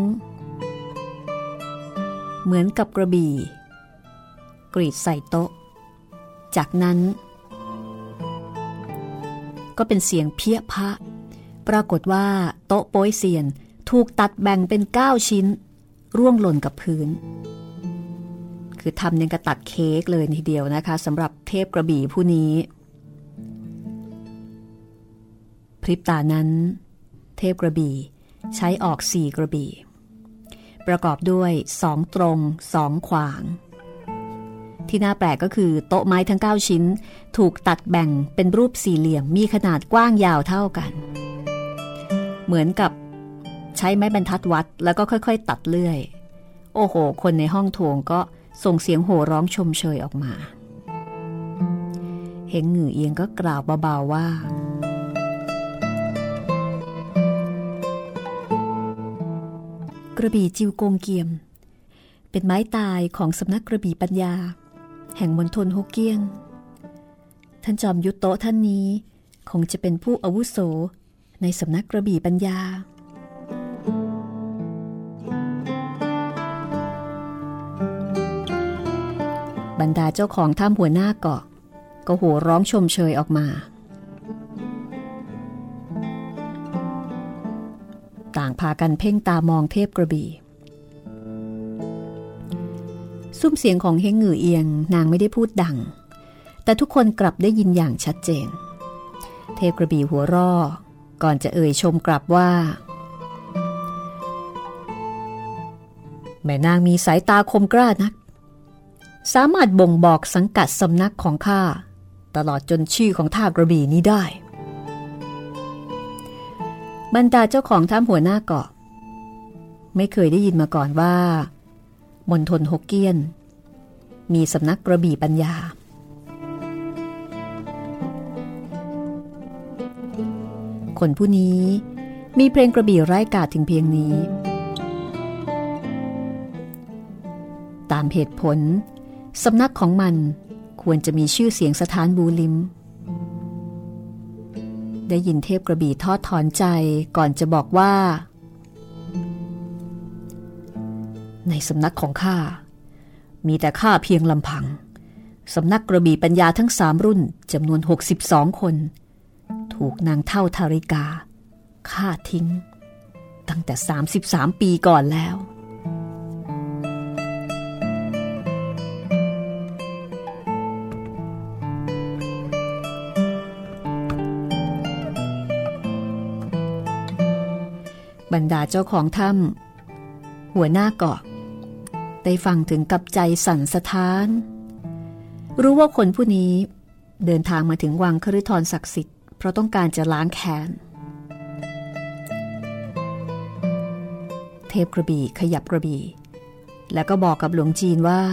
[SPEAKER 4] เหมือนกับกระบี่กรีดใส่โต๊ะจากนั้นก็เป็นเสียงเพี้ยพะปรากฏว่าโต๊ะโป๊ยเซียนถูกตัดแบ่งเป็น9ชิ้นร่วงหล่นกับพื้นคือทำอย่างกระตัดเค้กเลยทีเดียวนะคะสำหรับเทพกระบี่ผู้นี้พริบตานั้นเทพกระบี่ใช้ออก4กระบี่ประกอบด้วย2ตรง2ขวางที่น่าแปลกก็คือโต๊ะไม้ทั้ง9ชิ้นถูกตัดแบ่งเป็นรูปสี่เหลี่ยมมีขนาดกว้างยาวเท่ากันเหมือนกับใช้ไม้บรรทัดวัดแล้วก็ค่อยๆตัดเลื่อยโอ้โหคนในห้องโถงก็ส่งเสียงโห่ร้องชมเชยออกมาเฮงหงือเอียงก็กล่าวเบาๆว่ากระบี่จิวโกงเกียมเป็นไม้ตายของสำนักกระบี่ปัญญาแห่งมณฑลฮกเกี้ยนท่านจอมยุทธโตท่านนี้คงจะเป็นผู้อาวุโสในสำนักกระบี่ปัญญาบรรดาเจ้าของถ้ำหัวหน้าเกาะก็โห่ร้องชมเชยออกมาต่างพากันเพ่งตามองเทพกระบี่ซุ้มเสียงของเฮงหงือเอียงนางไม่ได้พูดดังแต่ทุกคนกลับได้ยินอย่างชัดเจนเทพกระบี่หัวร่อก่อนจะเอ่ยชมกลับว่าแม่นางมีสายตาคมกล้านักสามารถบ่งบอกสังกัดสำนักของข้าตลอดจนชื่อของท่ากระบี่นี้ได้บรรดาเจ้าของถ้ำหัวหน้าเกาะไม่เคยได้ยินมาก่อนว่ามณฑลฮกเกี้ยนมีสำนักกระบี่ปัญญาคนผู้นี้มีเพลงกระบี่ไร้กาจถึงเพียงนี้ตามเหตุผลสำนักของมันควรจะมีชื่อเสียงสถานบูลิมได้ยินเทพกระบี่ทอดถอนใจก่อนจะบอกว่าในสำนักของข้ามีแต่ข้าเพียงลำพังสำนักกระบี่ปัญญาทั้ง3รุ่นจำนวน62คนถูกนางเฒ่าธาริกาฆ่าทิ้งตั้งแต่33ปีก่อนแล้วบรรดาเจ้าของถ้ำหัวหน้าเกาะได้ฟังถึงกับใจสั่นสะท้านรู้ว่าคนผู้นี้เดินทางมาถึงวังคฤธรศักดิ์สิทธิ์เพราะต้องการจะล้างแค้นเทพกระบี่ขยับกระบี่แล้วก็บอกกับหลวงจีนว่า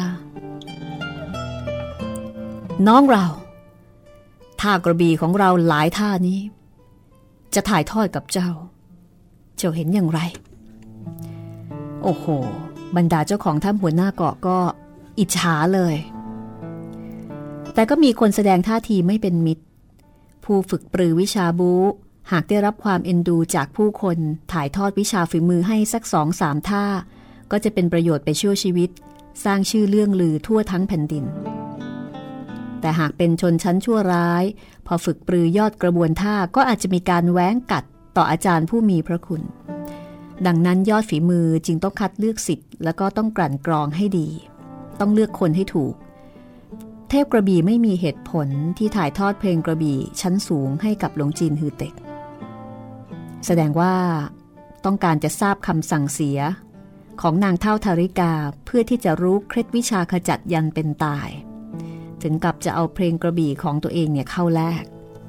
[SPEAKER 4] น้องเราท่ากระบี่ของเราหลายท่านี้จะถ่ายทอดกับเจ้าเห็นอย่างไรโอ้โหบรรดาเจ้าของถ้ำหัวหน้าเกาะก็อิจฉาเลยแต่ก็มีคนแสดงท่าทีไม่เป็นมิตรผู้ฝึกปรือวิชาบู๊หากได้รับความเอ็นดูจากผู้คนถ่ายทอดวิชาฝีมือให้สัก 2-3 ท่าก็จะเป็นประโยชน์ไปชั่วชีวิตสร้างชื่อเลื่องลือทั่วทั้งแผ่นดินแต่หากเป็นชนชั้นชั่วร้ายพอฝึกปรือยอดกระบวนท่าก็อาจจะมีการแว้งกัดต่ออาจารย์ผู้มีพระคุณดังนั้นยอดฝีมือจึงต้องคัดเลือกศิษย์แล้วก็ต้องกลั่นกรองให้ดีต้องเลือกคนให้ถูกเทพกระบี่ไม่มีเหตุผลที่ถ่ายทอดเพลงกระบี่ชั้นสูงให้กับหลวงจีนฮือเต็กแสดงว่าต้องการจะทราบคำสั่งเสียของนางเฒ่าธาริกาเพื่อที่จะรู้เคล็ดวิชาขจัดยันเป็นตายถึงกับจะเอาเพลงกระบี่ของตัวเองเนี่ยเข้าแลก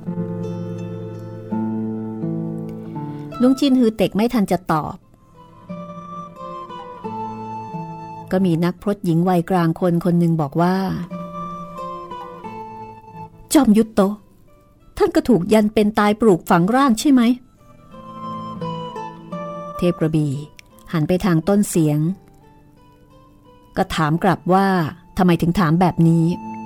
[SPEAKER 4] ลุงจินฮือเต็กไม่ทันจะตอบก็มีนักพรตหญิงวัยกลางคนหนึ่งบอกว่าจอมยุทธโตท่านก็ถูกยันเป็นตายปลูกฝังร่างใช่ไหมเทพกระบี่หันไปทางต้นเสียงก็ถามกลับว่าทำไมถึงถามแบบนี้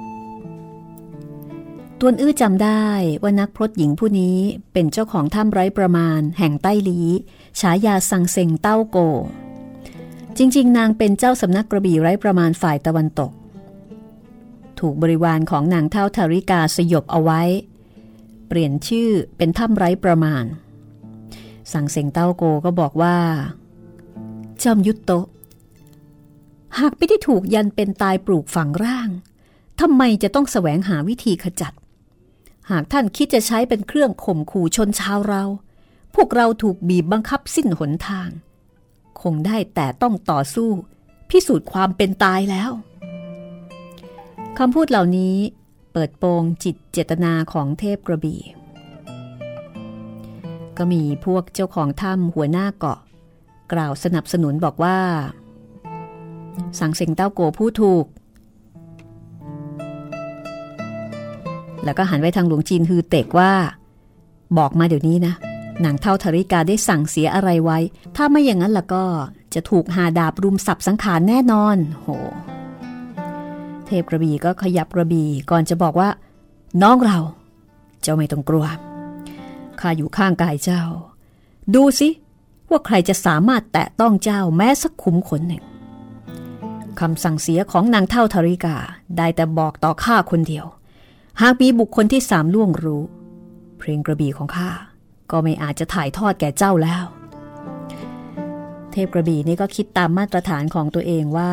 [SPEAKER 4] ตวนอื้อจำได้ว่านักพรตหญิงผู้นี้เป็นเจ้าของถ้ำไร้ประมาณแห่งใต้ลีฉายาซังเซ็งเต้าโกจริงๆนางเป็นเจ้าสำนักกระบี่ไร้ประมาณฝ่ายตะวันตกถูกบริวารของนางเฒ่าธาริกาสยบเอาไว้เปลี่ยนชื่อเป็นถ้ำไร้ประมาณซังเซ็งเต้าโกก็บอกว่าจอมยุทธโตหากไม่ได้ถูกยันเป็นตายปลูกฝังร่างทำไมจะต้องแสวงหาวิธีขจัดหากท่านคิดจะใช้เป็นเครื่องข่มขู่ชนชาวเราพวกเราถูกบีบบังคับสิ้นหนทางคงได้แต่ต้องต่อสู้พิสูจน์ความเป็นตายแล้วคำพูดเหล่านี้เปิดโปงจิตเจตนาของเทพกระบี่ก็มีพวกเจ้าของถ้ำหัวหน้าเกาะกล่าวสนับสนุนบอกว่าซังเซ็งเต้าโกพูดถูกแล้วก็หันไปทางหลวงจีนฮือเต็กว่าบอกมาเดี๋ยวนี้นะนางเฒ่าธาริกาได้สั่งเสียอะไรไว้ถ้าไม่อย่างนั้นล่ะก็จะถูกหาดาบรุมสับสังขารแน่นอนโหเทพกระบี่ก็ขยับกระบี่ก่อนจะบอกว่าน้องเราเจ้าไม่ต้องกลัวข้าอยู่ข้างกายเจ้าดูสิว่าใครจะสามารถแตะต้องเจ้าแม้สักขุมขนหนึ่งคำสั่งเสียของนางเฒ่าธาริกาได้แต่บอกต่อข้าคนเดียวหากมีบุคคลที่3ล่วงรู้เพลงกระบี่ของข้าก็ไม่อาจจะถ่ายทอดแก่เจ้าแล้วเทพกระบี่นี่ก็คิดตามมาตรฐานของตัวเองว่า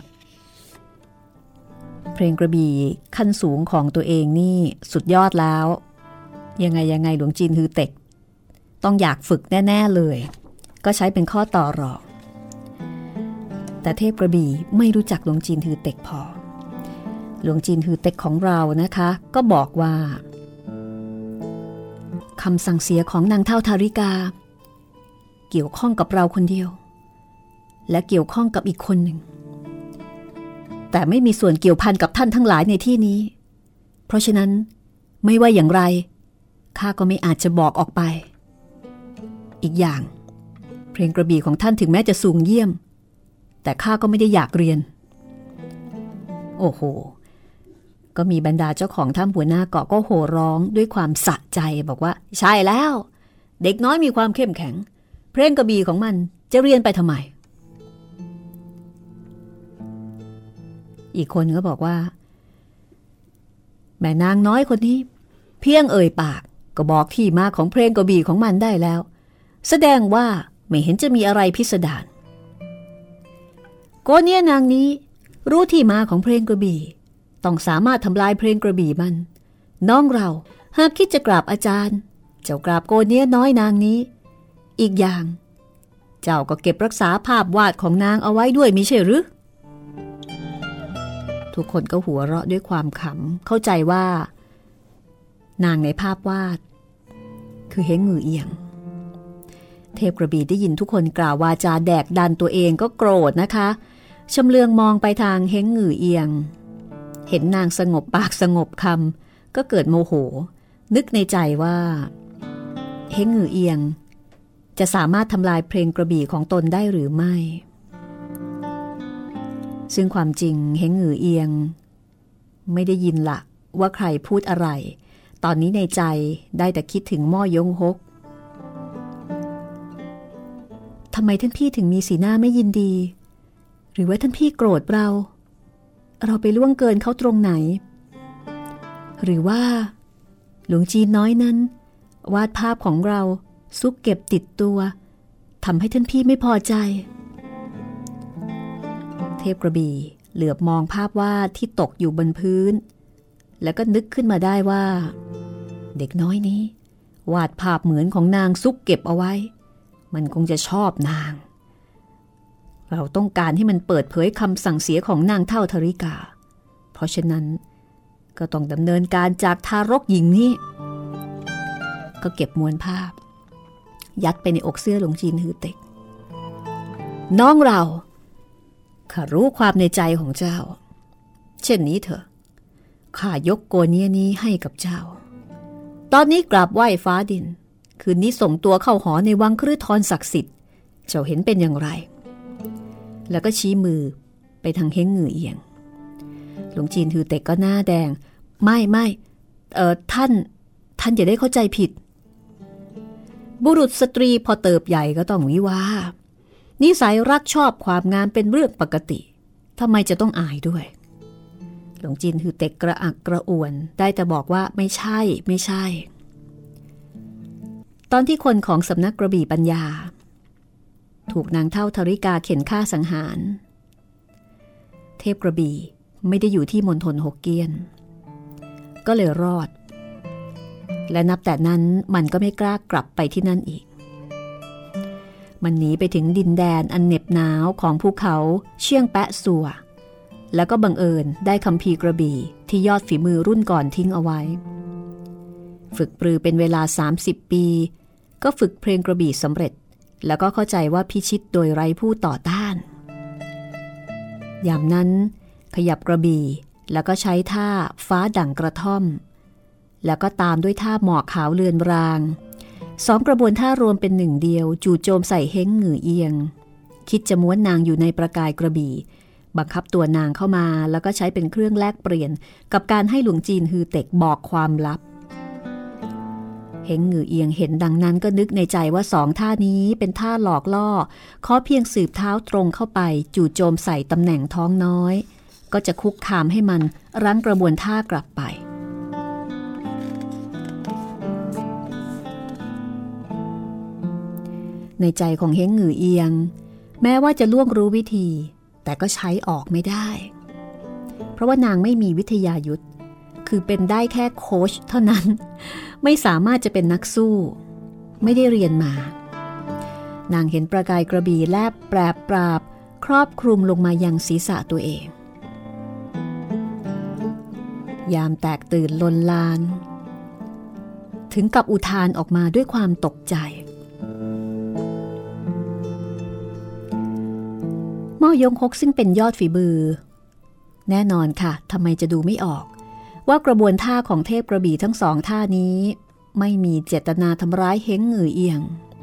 [SPEAKER 4] เพลงกระบี่ขั้นสูงของตัวเองนี่สุดยอดแล้วยังไงหลวงจีนฮือเต็กต้องอยากฝึกแน่ๆเลยก็ใช้เป็นข้อต่อรองแต่เทพกระบี่ไม่รู้จักหลวงจีนฮือเต็กพอหลวงจีนฮือเต็กของเรานะคะก็บอกว่าคำสั่งเสียของนางเฒ่าทาริกาเกี่ยวข้องกับเราคนเดียวและเกี่ยวข้องกับอีกคนหนึ่งแต่ไม่มีส่วนเกี่ยวพันกับท่านทั้งหลายในที่นี้เพราะฉะนั้นไม่ว่าอย่างไรข้าก็ไม่อาจจะบอกออกไปอีกอย่างเพลงกระบี่ของท่านถึงแม้จะสูงเยี่ยมแต่ข้าก็ไม่ได้อยากเรียนโอ้โหก็มีบรรดาเจ้าของถ้ำหัวหน้าเกาะก็โห่ร้องด้วยความสะใจบอกว่าใช่แล้วเด็กน้อยมีความเข้มแข็งเพลงกระบี่ของมันจะเรียนไปทำไมอีกคนก็บอกว่าแม่นางน้อยคนนี้เพียงเอ่ยปากก็บอกที่มาของเพลงกระบี่ของมันได้แล้วแสดงว่าไม่เห็นจะมีอะไรพิสดารโกเนียนางนี้รู้ที่มาของเพลงกระบี่ต้องสามารถทำลายเพลงกระบี่มันน้องเราหากคิดจะกราบอาจารย์เจ้ากราบโกเนียน้อยนางนี้อีกอย่างเจ้าก็เก็บรักษาภาพวาดของนางเอาไว้ด้วยมิใช่หรือทุกคนก็หัวเราะด้วยความขำเข้าใจว่านางในภาพวาดคือเฮ้งหงือเอียงเทพกระบี่ได้ยินทุกคนกล่าววาจาแดกดันตัวเองก็โกรธนะคะชำเลืองมองไปทางเฮ้งหงือเอียงเห็นนางสงบปากสงบคำก็เกิดโมโหนึกในใจว่าเฮ้งหงือเอียงจะสามารถทำลายเพลงกระบี่ของตนได้หรือไม่ซึ่งความจริงเฮ้งหงือเอียงไม่ได้ยินละว่าใครพูดอะไรตอนนี้ในใจได้แต่คิดถึงม่อยงฮกทำไมท่านพี่ถึงมีสีหน้าไม่ยินดีหรือว่าท่านพี่โกรธเราไปล่วงเกินเขาตรงไหนหรือว่าหลวงจีนน้อยนั้นวาดภาพของเราซุกเก็บติดตัวทำให้ท่านพี่ไม่พอใจเทพกระบี่เหลือบมองภาพวาดที่ตกอยู่บนพื้นแล้วก็นึกขึ้นมาได้ว่าเด็กน้อยนี้วาดภาพเหมือนของนางซุกเก็บเอาไว้มันคงจะชอบนางเราต้องการให้มันเปิดเผยคำสั่งเสียของนางเฒ่าทาริกาเพราะฉะนั้นก็ต้องดำเนินการจากทารกหญิงนี้ก็เก็บม้วนภาพยัดไปในอกเสื้อหลวงจีนฮือเต็กน้องเราข้ารู้ความในใจของเจ้าเช่นนี้เถอะข้ายกโกเนียนี้ให้กับเจ้าตอนนี้กราบไหว้ฟ้าดินคืนนี้ส่งตัวเข้าหอในวังคฤทรศักดิ์สิทธิ์เจ้าเห็นเป็นอย่างไรแล้วก็ชี้มือไปทางเฮ้งหงือเอียงหลวงจีนฮือเต็กก็หน้าแดงไม่ท่านอย่าได้เข้าใจผิดบุรุษสตรีพอเติบใหญ่ก็ต้องวิวานิสัยรักชอบความงามเป็นเรื่องปกติทำไมจะต้องอายด้วยหลวงจีนฮือเต็กกระอักกระอ่วนได้แต่บอกว่าไม่ใช่ตอนที่คนของสำนักกระบี่ปัญญาถูกนางเฒ่าทาริกาเข็นฆ่าสังหารเทพกระบี่ไม่ได้อยู่ที่มณฑลฮกเกี้ยนก็เลยรอดและนับแต่นั้นมันก็ไม่กล้ากลับไปที่นั่นอีกมันหนีไปถึงดินแดนอันเหน็บหนาวของภูเขาเชียงแปะสัวแล้วก็บังเอิญได้คัมภีร์กระบี่ที่ยอดฝีมือรุ่นก่อนทิ้งเอาไว้ฝึกปรือเป็นเวลา30 ปีก็ฝึกเพลงกระบี่สำเร็จแล้วก็เข้าใจว่าพิชิตโดยไร้ผู้ต่อต้านยามนั้นขยับกระบี่แล้วก็ใช้ท่าฟ้าดั่งกระท่อมแล้วก็ตามด้วยท่าหมอกขาวเลือนราง2 กระบวนท่ารวมเป็นหนึ่งเดียวจู่โจมใส่เฮ้งหงือเอียงคิดจะม้วนนางอยู่ในประกายกระบี่บังคับตัวนางเข้ามาแล้วก็ใช้เป็นเครื่องแลกเปลี่ยนกับการให้หลวงจีนฮือเต็กบอกความลับเฮ้งหงือเอียงเห็นดังนั้นก็นึกในใจว่า2 ท่านี้เป็นท่าหลอกล่อขอเพียงสืบเท้าตรงเข้าไปจู่โจมใส่ตำแหน่งท้องน้อยก็จะคุกคามให้มันรั้งกระบวนท่ากลับไปในใจของเฮ้งหงือเอียงแม้ว่าจะล่วงรู้วิธีแต่ก็ใช้ออกไม่ได้เพราะว่านางไม่มีวิทยายุทธคือเป็นได้แค่โค้ชเท่านั้นไม่สามารถจะเป็นนักสู้ไม่ได้เรียนมานางเห็นประกายกระบี่แลบแปรปราบครอบคลุมลงมายังศีรษะตัวเองยามแตกตื่นลนลานถึงกับอุทานออกมาด้วยความตกใจหม้อยงฮกซึ่งเป็นยอดฝีมือแน่นอนค่ะทำไมจะดูไม่ออกว่ากระบวนท่าของเทพกระบี่ทั้งสองท่านี้ไม่มีเจตนาทำร้ายเฮ้งหงือเอียง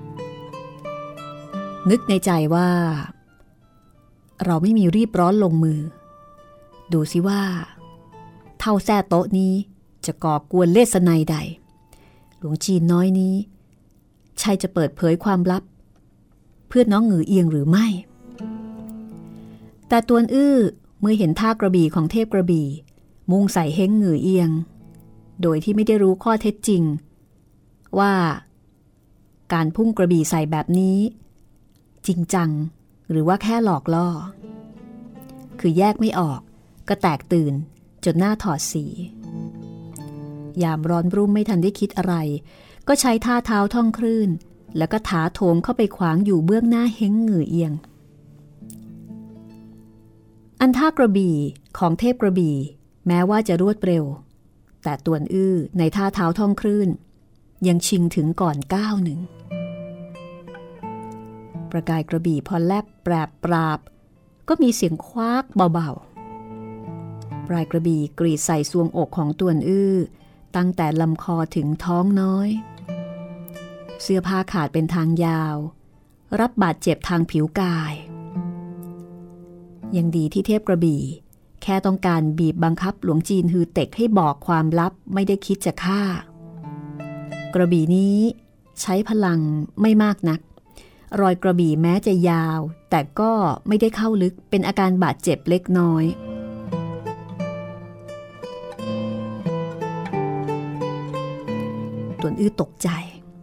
[SPEAKER 4] นึกในใจว่าเราไม่มีรีบร้อนลงมือดูสิว่าเท่าแซ่โต๊ะนี้จะก่อกวนเลสไนใดหลวงจีนน้อยนี้ใช่จะเปิดเผยความลับเพื่อน้องหงือเอียงหรือไม่แต่ตวนอื้อเมื่อเห็นท่ากระบี่ของเทพกระบี่มุ่งใส่เฮ้งหงือเอียงโดยที่ไม่ได้รู้ข้อเท็จจริงว่าการพุ่งกระบี่ใส่แบบนี้จริงจังหรือว่าแค่หลอกล่อคือแยกไม่ออกก็แตกตื่นจนหน้าถอดสียามร้อนรุ่มไม่ทันได้คิดอะไรก็ใช้ท่าเท้าท่องคลื่นแล้วก็ถาโถมเข้าไปขวางอยู่เบื้องหน้าเฮ้งหงือเอียงอันท่ากระบี่ของเทพกระบี่แม้ว่าจะรวดเร็วแต่ตวนอื้อในท่าเท้าท่องคลื่นยังชิงถึงก่อนก้าวหนึ่งประกายกระบี่พอแลบแปรบปราบก็มีเสียงคว้ากเบาๆปลายกระบี่กรีดใส่ซวงอกของตวนอื้อตั้งแต่ลำคอถึงท้องน้อยเสื้อผ้าขาดเป็นทางยาวรับบาดเจ็บทางผิวกายยังดีที่เทพกระบี่แค่ต้องการบีบบังคับหลวงจีนฮือเต็กให้บอกความลับไม่ได้คิดจะฆ่ากระบี่นี้ใช้พลังไม่มากนักรอยกระบี่แม้จะยาวแต่ก็ไม่ได้เข้าลึกเป็นอาการบาดเจ็บเล็กน้อยตวนอื้อตกใจ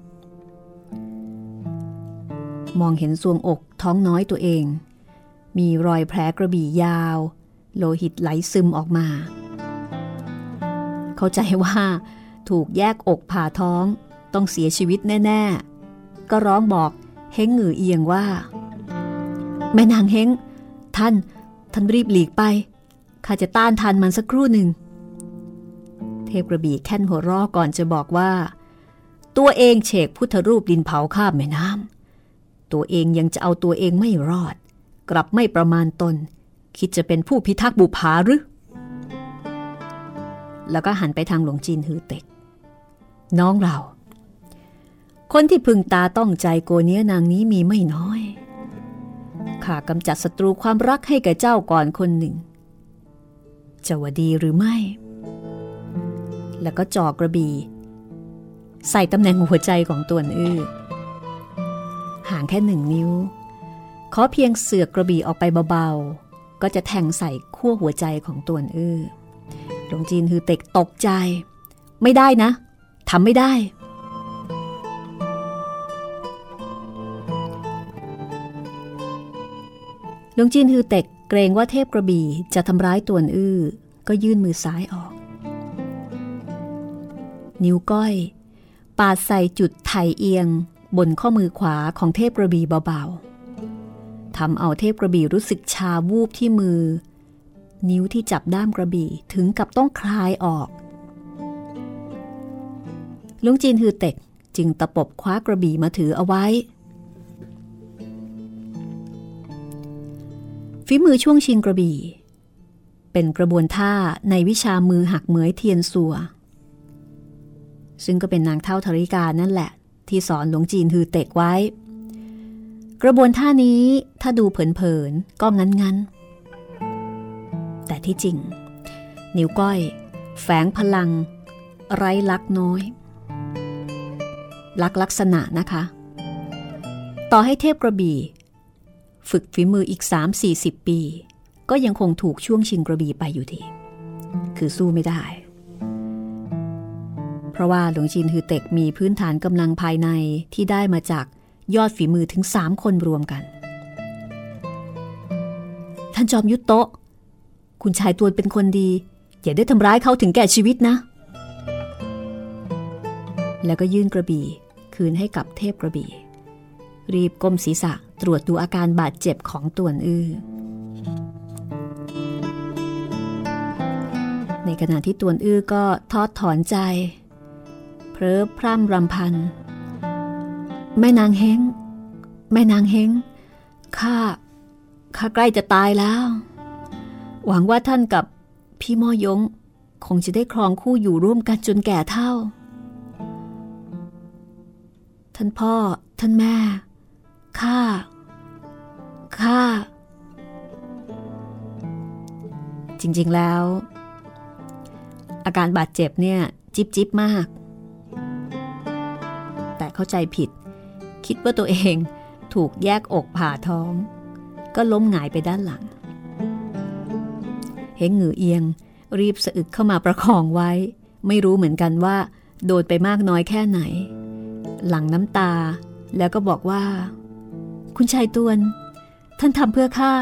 [SPEAKER 4] มองเห็นทรวงอกท้องน้อยตัวเองมีรอยแผลกระบี่ยาวโลหิตไหลซึมออกมาเข้าใจว่าถูกแยกอกผ่าท้องต้องเสียชีวิตแน่ๆก็ร้องบอกเฮ้งหงือเอียงว่าแม่นางเฮ้งท่านรีบหลีกไปข้าจะต้านทันมันสักครู่หนึ่งเทพกระบี่แค่นหัวเราะก่อนจะบอกว่าตัวเองเฉกพุทธรูปดินเผาข้ามแม่น้ำตัวเองยังจะเอาตัวเองไม่รอดกลับไม่ประมาณตนคิดจะเป็นผู้พิทักษ์บุปผาหรือแล้วก็หันไปทางหลวงจีนฮือเต็กน้องเราคนที่พึงตาต้องใจโกเนี้ยนางนี้มีไม่น้อยข้ากำจัดศัตรูความรักให้แก่เจ้าก่อนคนหนึ่งจะว่าดีหรือไม่แล้วก็จ่อกระบี่ใส่ตำแหน่งหัวใจของตวนอื้อห่างแค่1 นิ้วขอเพียงเสือกกระบี่ออกไปเบาๆก็จะแทงใส่ขั้วหัวใจของตวนอื้อหลวงจีนฮือเต็กตกใจไม่ได้นะทำไม่ได้หลวงจีนฮือเต็กเกรงว่าเทพกระบี่จะทำร้ายตวนอื้อก็ยื่นมือซ้ายออกนิ้วก้อยปาดใส่จุดไถเอียงบนข้อมือขวาของเทพกระบี่เบาๆทำเอาเทพกระบี่รู้สึกชาวูบที่มือนิ้วที่จับด้ามกระบี่ถึงกับต้องคลายออกหลวงจีนฮือเต็กจึงตะปบคว้ากระบี่มาถือเอาไว้ฝีมือช่วงชิงกระบี่เป็นกระบวนท่าในวิชามือหักเหมยเทียนสัวซึ่งก็เป็นนางเฒ่าธริกานั่นแหละที่สอนหลวงจีนฮือเต็กไว้กระบวนท่านี้ถ้าดูเผินๆก็งั้นๆแต่ที่จริงนิ้วก้อยแฝงพลังไร้ลักน้อยลักษณะนะคะต่อให้เทพกระบี่ฝึกฝีมืออีก 3-40 ปีก็ยังคงถูกช่วงชิงกระบี่ไปอยู่ดีคือสู้ไม่ได้เพราะว่าหลวงจีนฮือเต็กมีพื้นฐานกำลังภายในที่ได้มาจากยอดฝีมือถึง3 คนรวมกันท่านจอมยุทธโตคุณชายตวนเป็นคนดีอย่าได้ทำร้ายเขาถึงแก่ชีวิตนะแล้วก็ยื่นกระบี่คืนให้กับเทพกระบี่รีบก้มศีรษะตรวจดูอาการบาดเจ็บของตวนอื้อในขณะที่ตวนอื้อก็ทอดถอนใจเพ้อพร่ำรำพันแม่นางเฮงแม่นางเฮงข้าใกล้จะตายแล้วหวังว่าท่านกับพี่ม่อยงคงจะได้ครองคู่อยู่ร่วมกันจนแก่เฒ่าท่านพ่อท่านแม่ข้าจริงๆแล้วอาการบาดเจ็บเนี่ยจิ๊บมากแต่เข้าใจผิดคิดว่าตัวเองถูกแยกอกผ่าท้องก็ล้มหงายไปด้านหลังเฮงเหงือเอียงรีบสะอึกเข้ามาประคองไว้ไม่รู้เหมือนกันว่าโดนไปมากน้อยแค่ไหนหลั่งน้ำตาแล้วก็บอกว่าคุณชายตวนท่านทำเพื่อข้า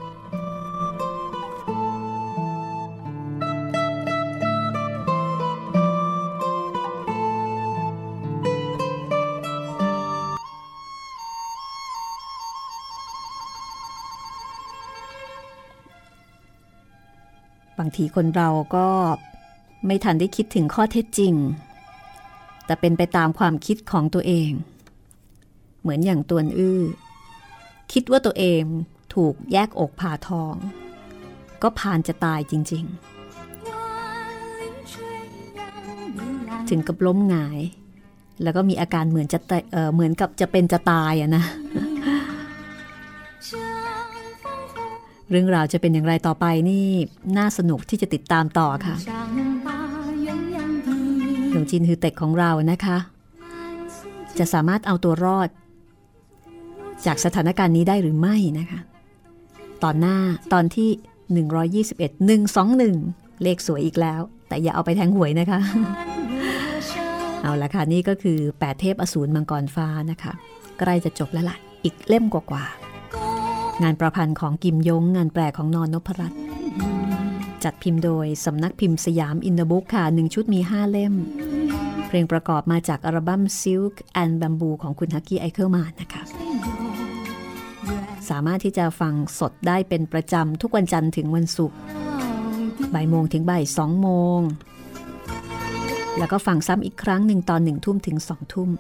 [SPEAKER 4] บางทีคนเราก็ไม่ทันได้คิดถึงข้อเท็จจริงแต่เป็นไปตามความคิดของตัวเองเหมือนอย่างตวนอื้อคิดว่าตัวเองถูกแยกอกผ่าท้องก็พานจะตายจริงๆถึงกับล้มหงายแล้วก็มีอาการเหมือนกับจะเป็นจะตายอะนะเรื่องราวจะเป็นอย่างไรต่อไปนี่น่าสนุกที่จะติดตามต่อค่ะหลวงจินฮือเต็กของเรานะคะจะสามารถเอาตัวรอดจากสถานการณ์นี้ได้หรือไม่นะคะตอนที่121 121เลขสวยอีกแล้วแต่อย่าเอาไปแทงหวยนะคะ เอาละค่ะนี่ก็คือ8เทพอสูรมังกรฟ้านะคะใกล้จะจบแล้วล่ะอีกเล่มกว่าๆงานประพันธ์ของกิมยงงานแปลของนนพรัตน์จัดพิมพ์โดยสำนักพิมพ์สยามอินเดอร์บุ๊กค่ะ1ชุดมี5เล่มเพลงประกอบมาจากอัลบั้ม Silk and Bamboo ของคุณฮักกี้ไอเคิลแมนนะคะสามารถที่จะฟังสดได้เป็นประจำทุกวันจันทร์ถึงวันศุกร์บ่ายโมงถึงบ่าย2โมงแล้วก็ฟังซ้ำอีกครั้งหนึ่งตอน1ทุ่มถึง2ทุ่ม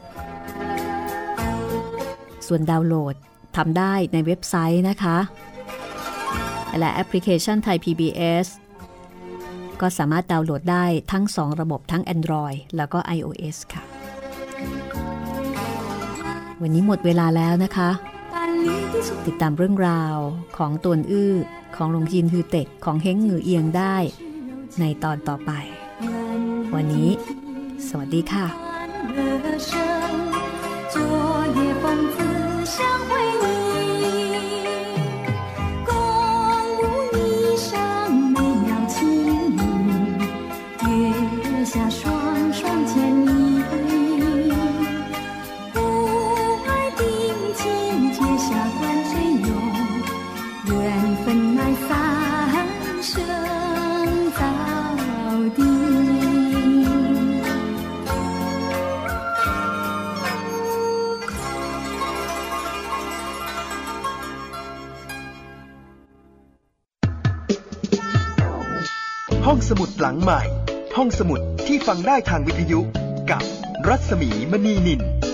[SPEAKER 4] ส่วนดาวน์โหลดทำได้ในเว็บไซต์นะคะและแอปพลิเคชันไทย PBS ก็สามารถดาวน์โหลดได้ทั้ง2ระบบทั้ง Android แล้วก็ iOS ค่ะวันนี้หมดเวลาแล้วนะคะติดตามเรื่องราวของตวนอื้อของหลงจินฮือเต็กของเฮงเหงือเอียงได้ในตอนต่อไปวันนี้สวัสดีค่ะ
[SPEAKER 1] ห้องสมุดหลังใหม่ห้องสมุดที่ฟังได้ทางวิทยุกับรัศมีมณีนิน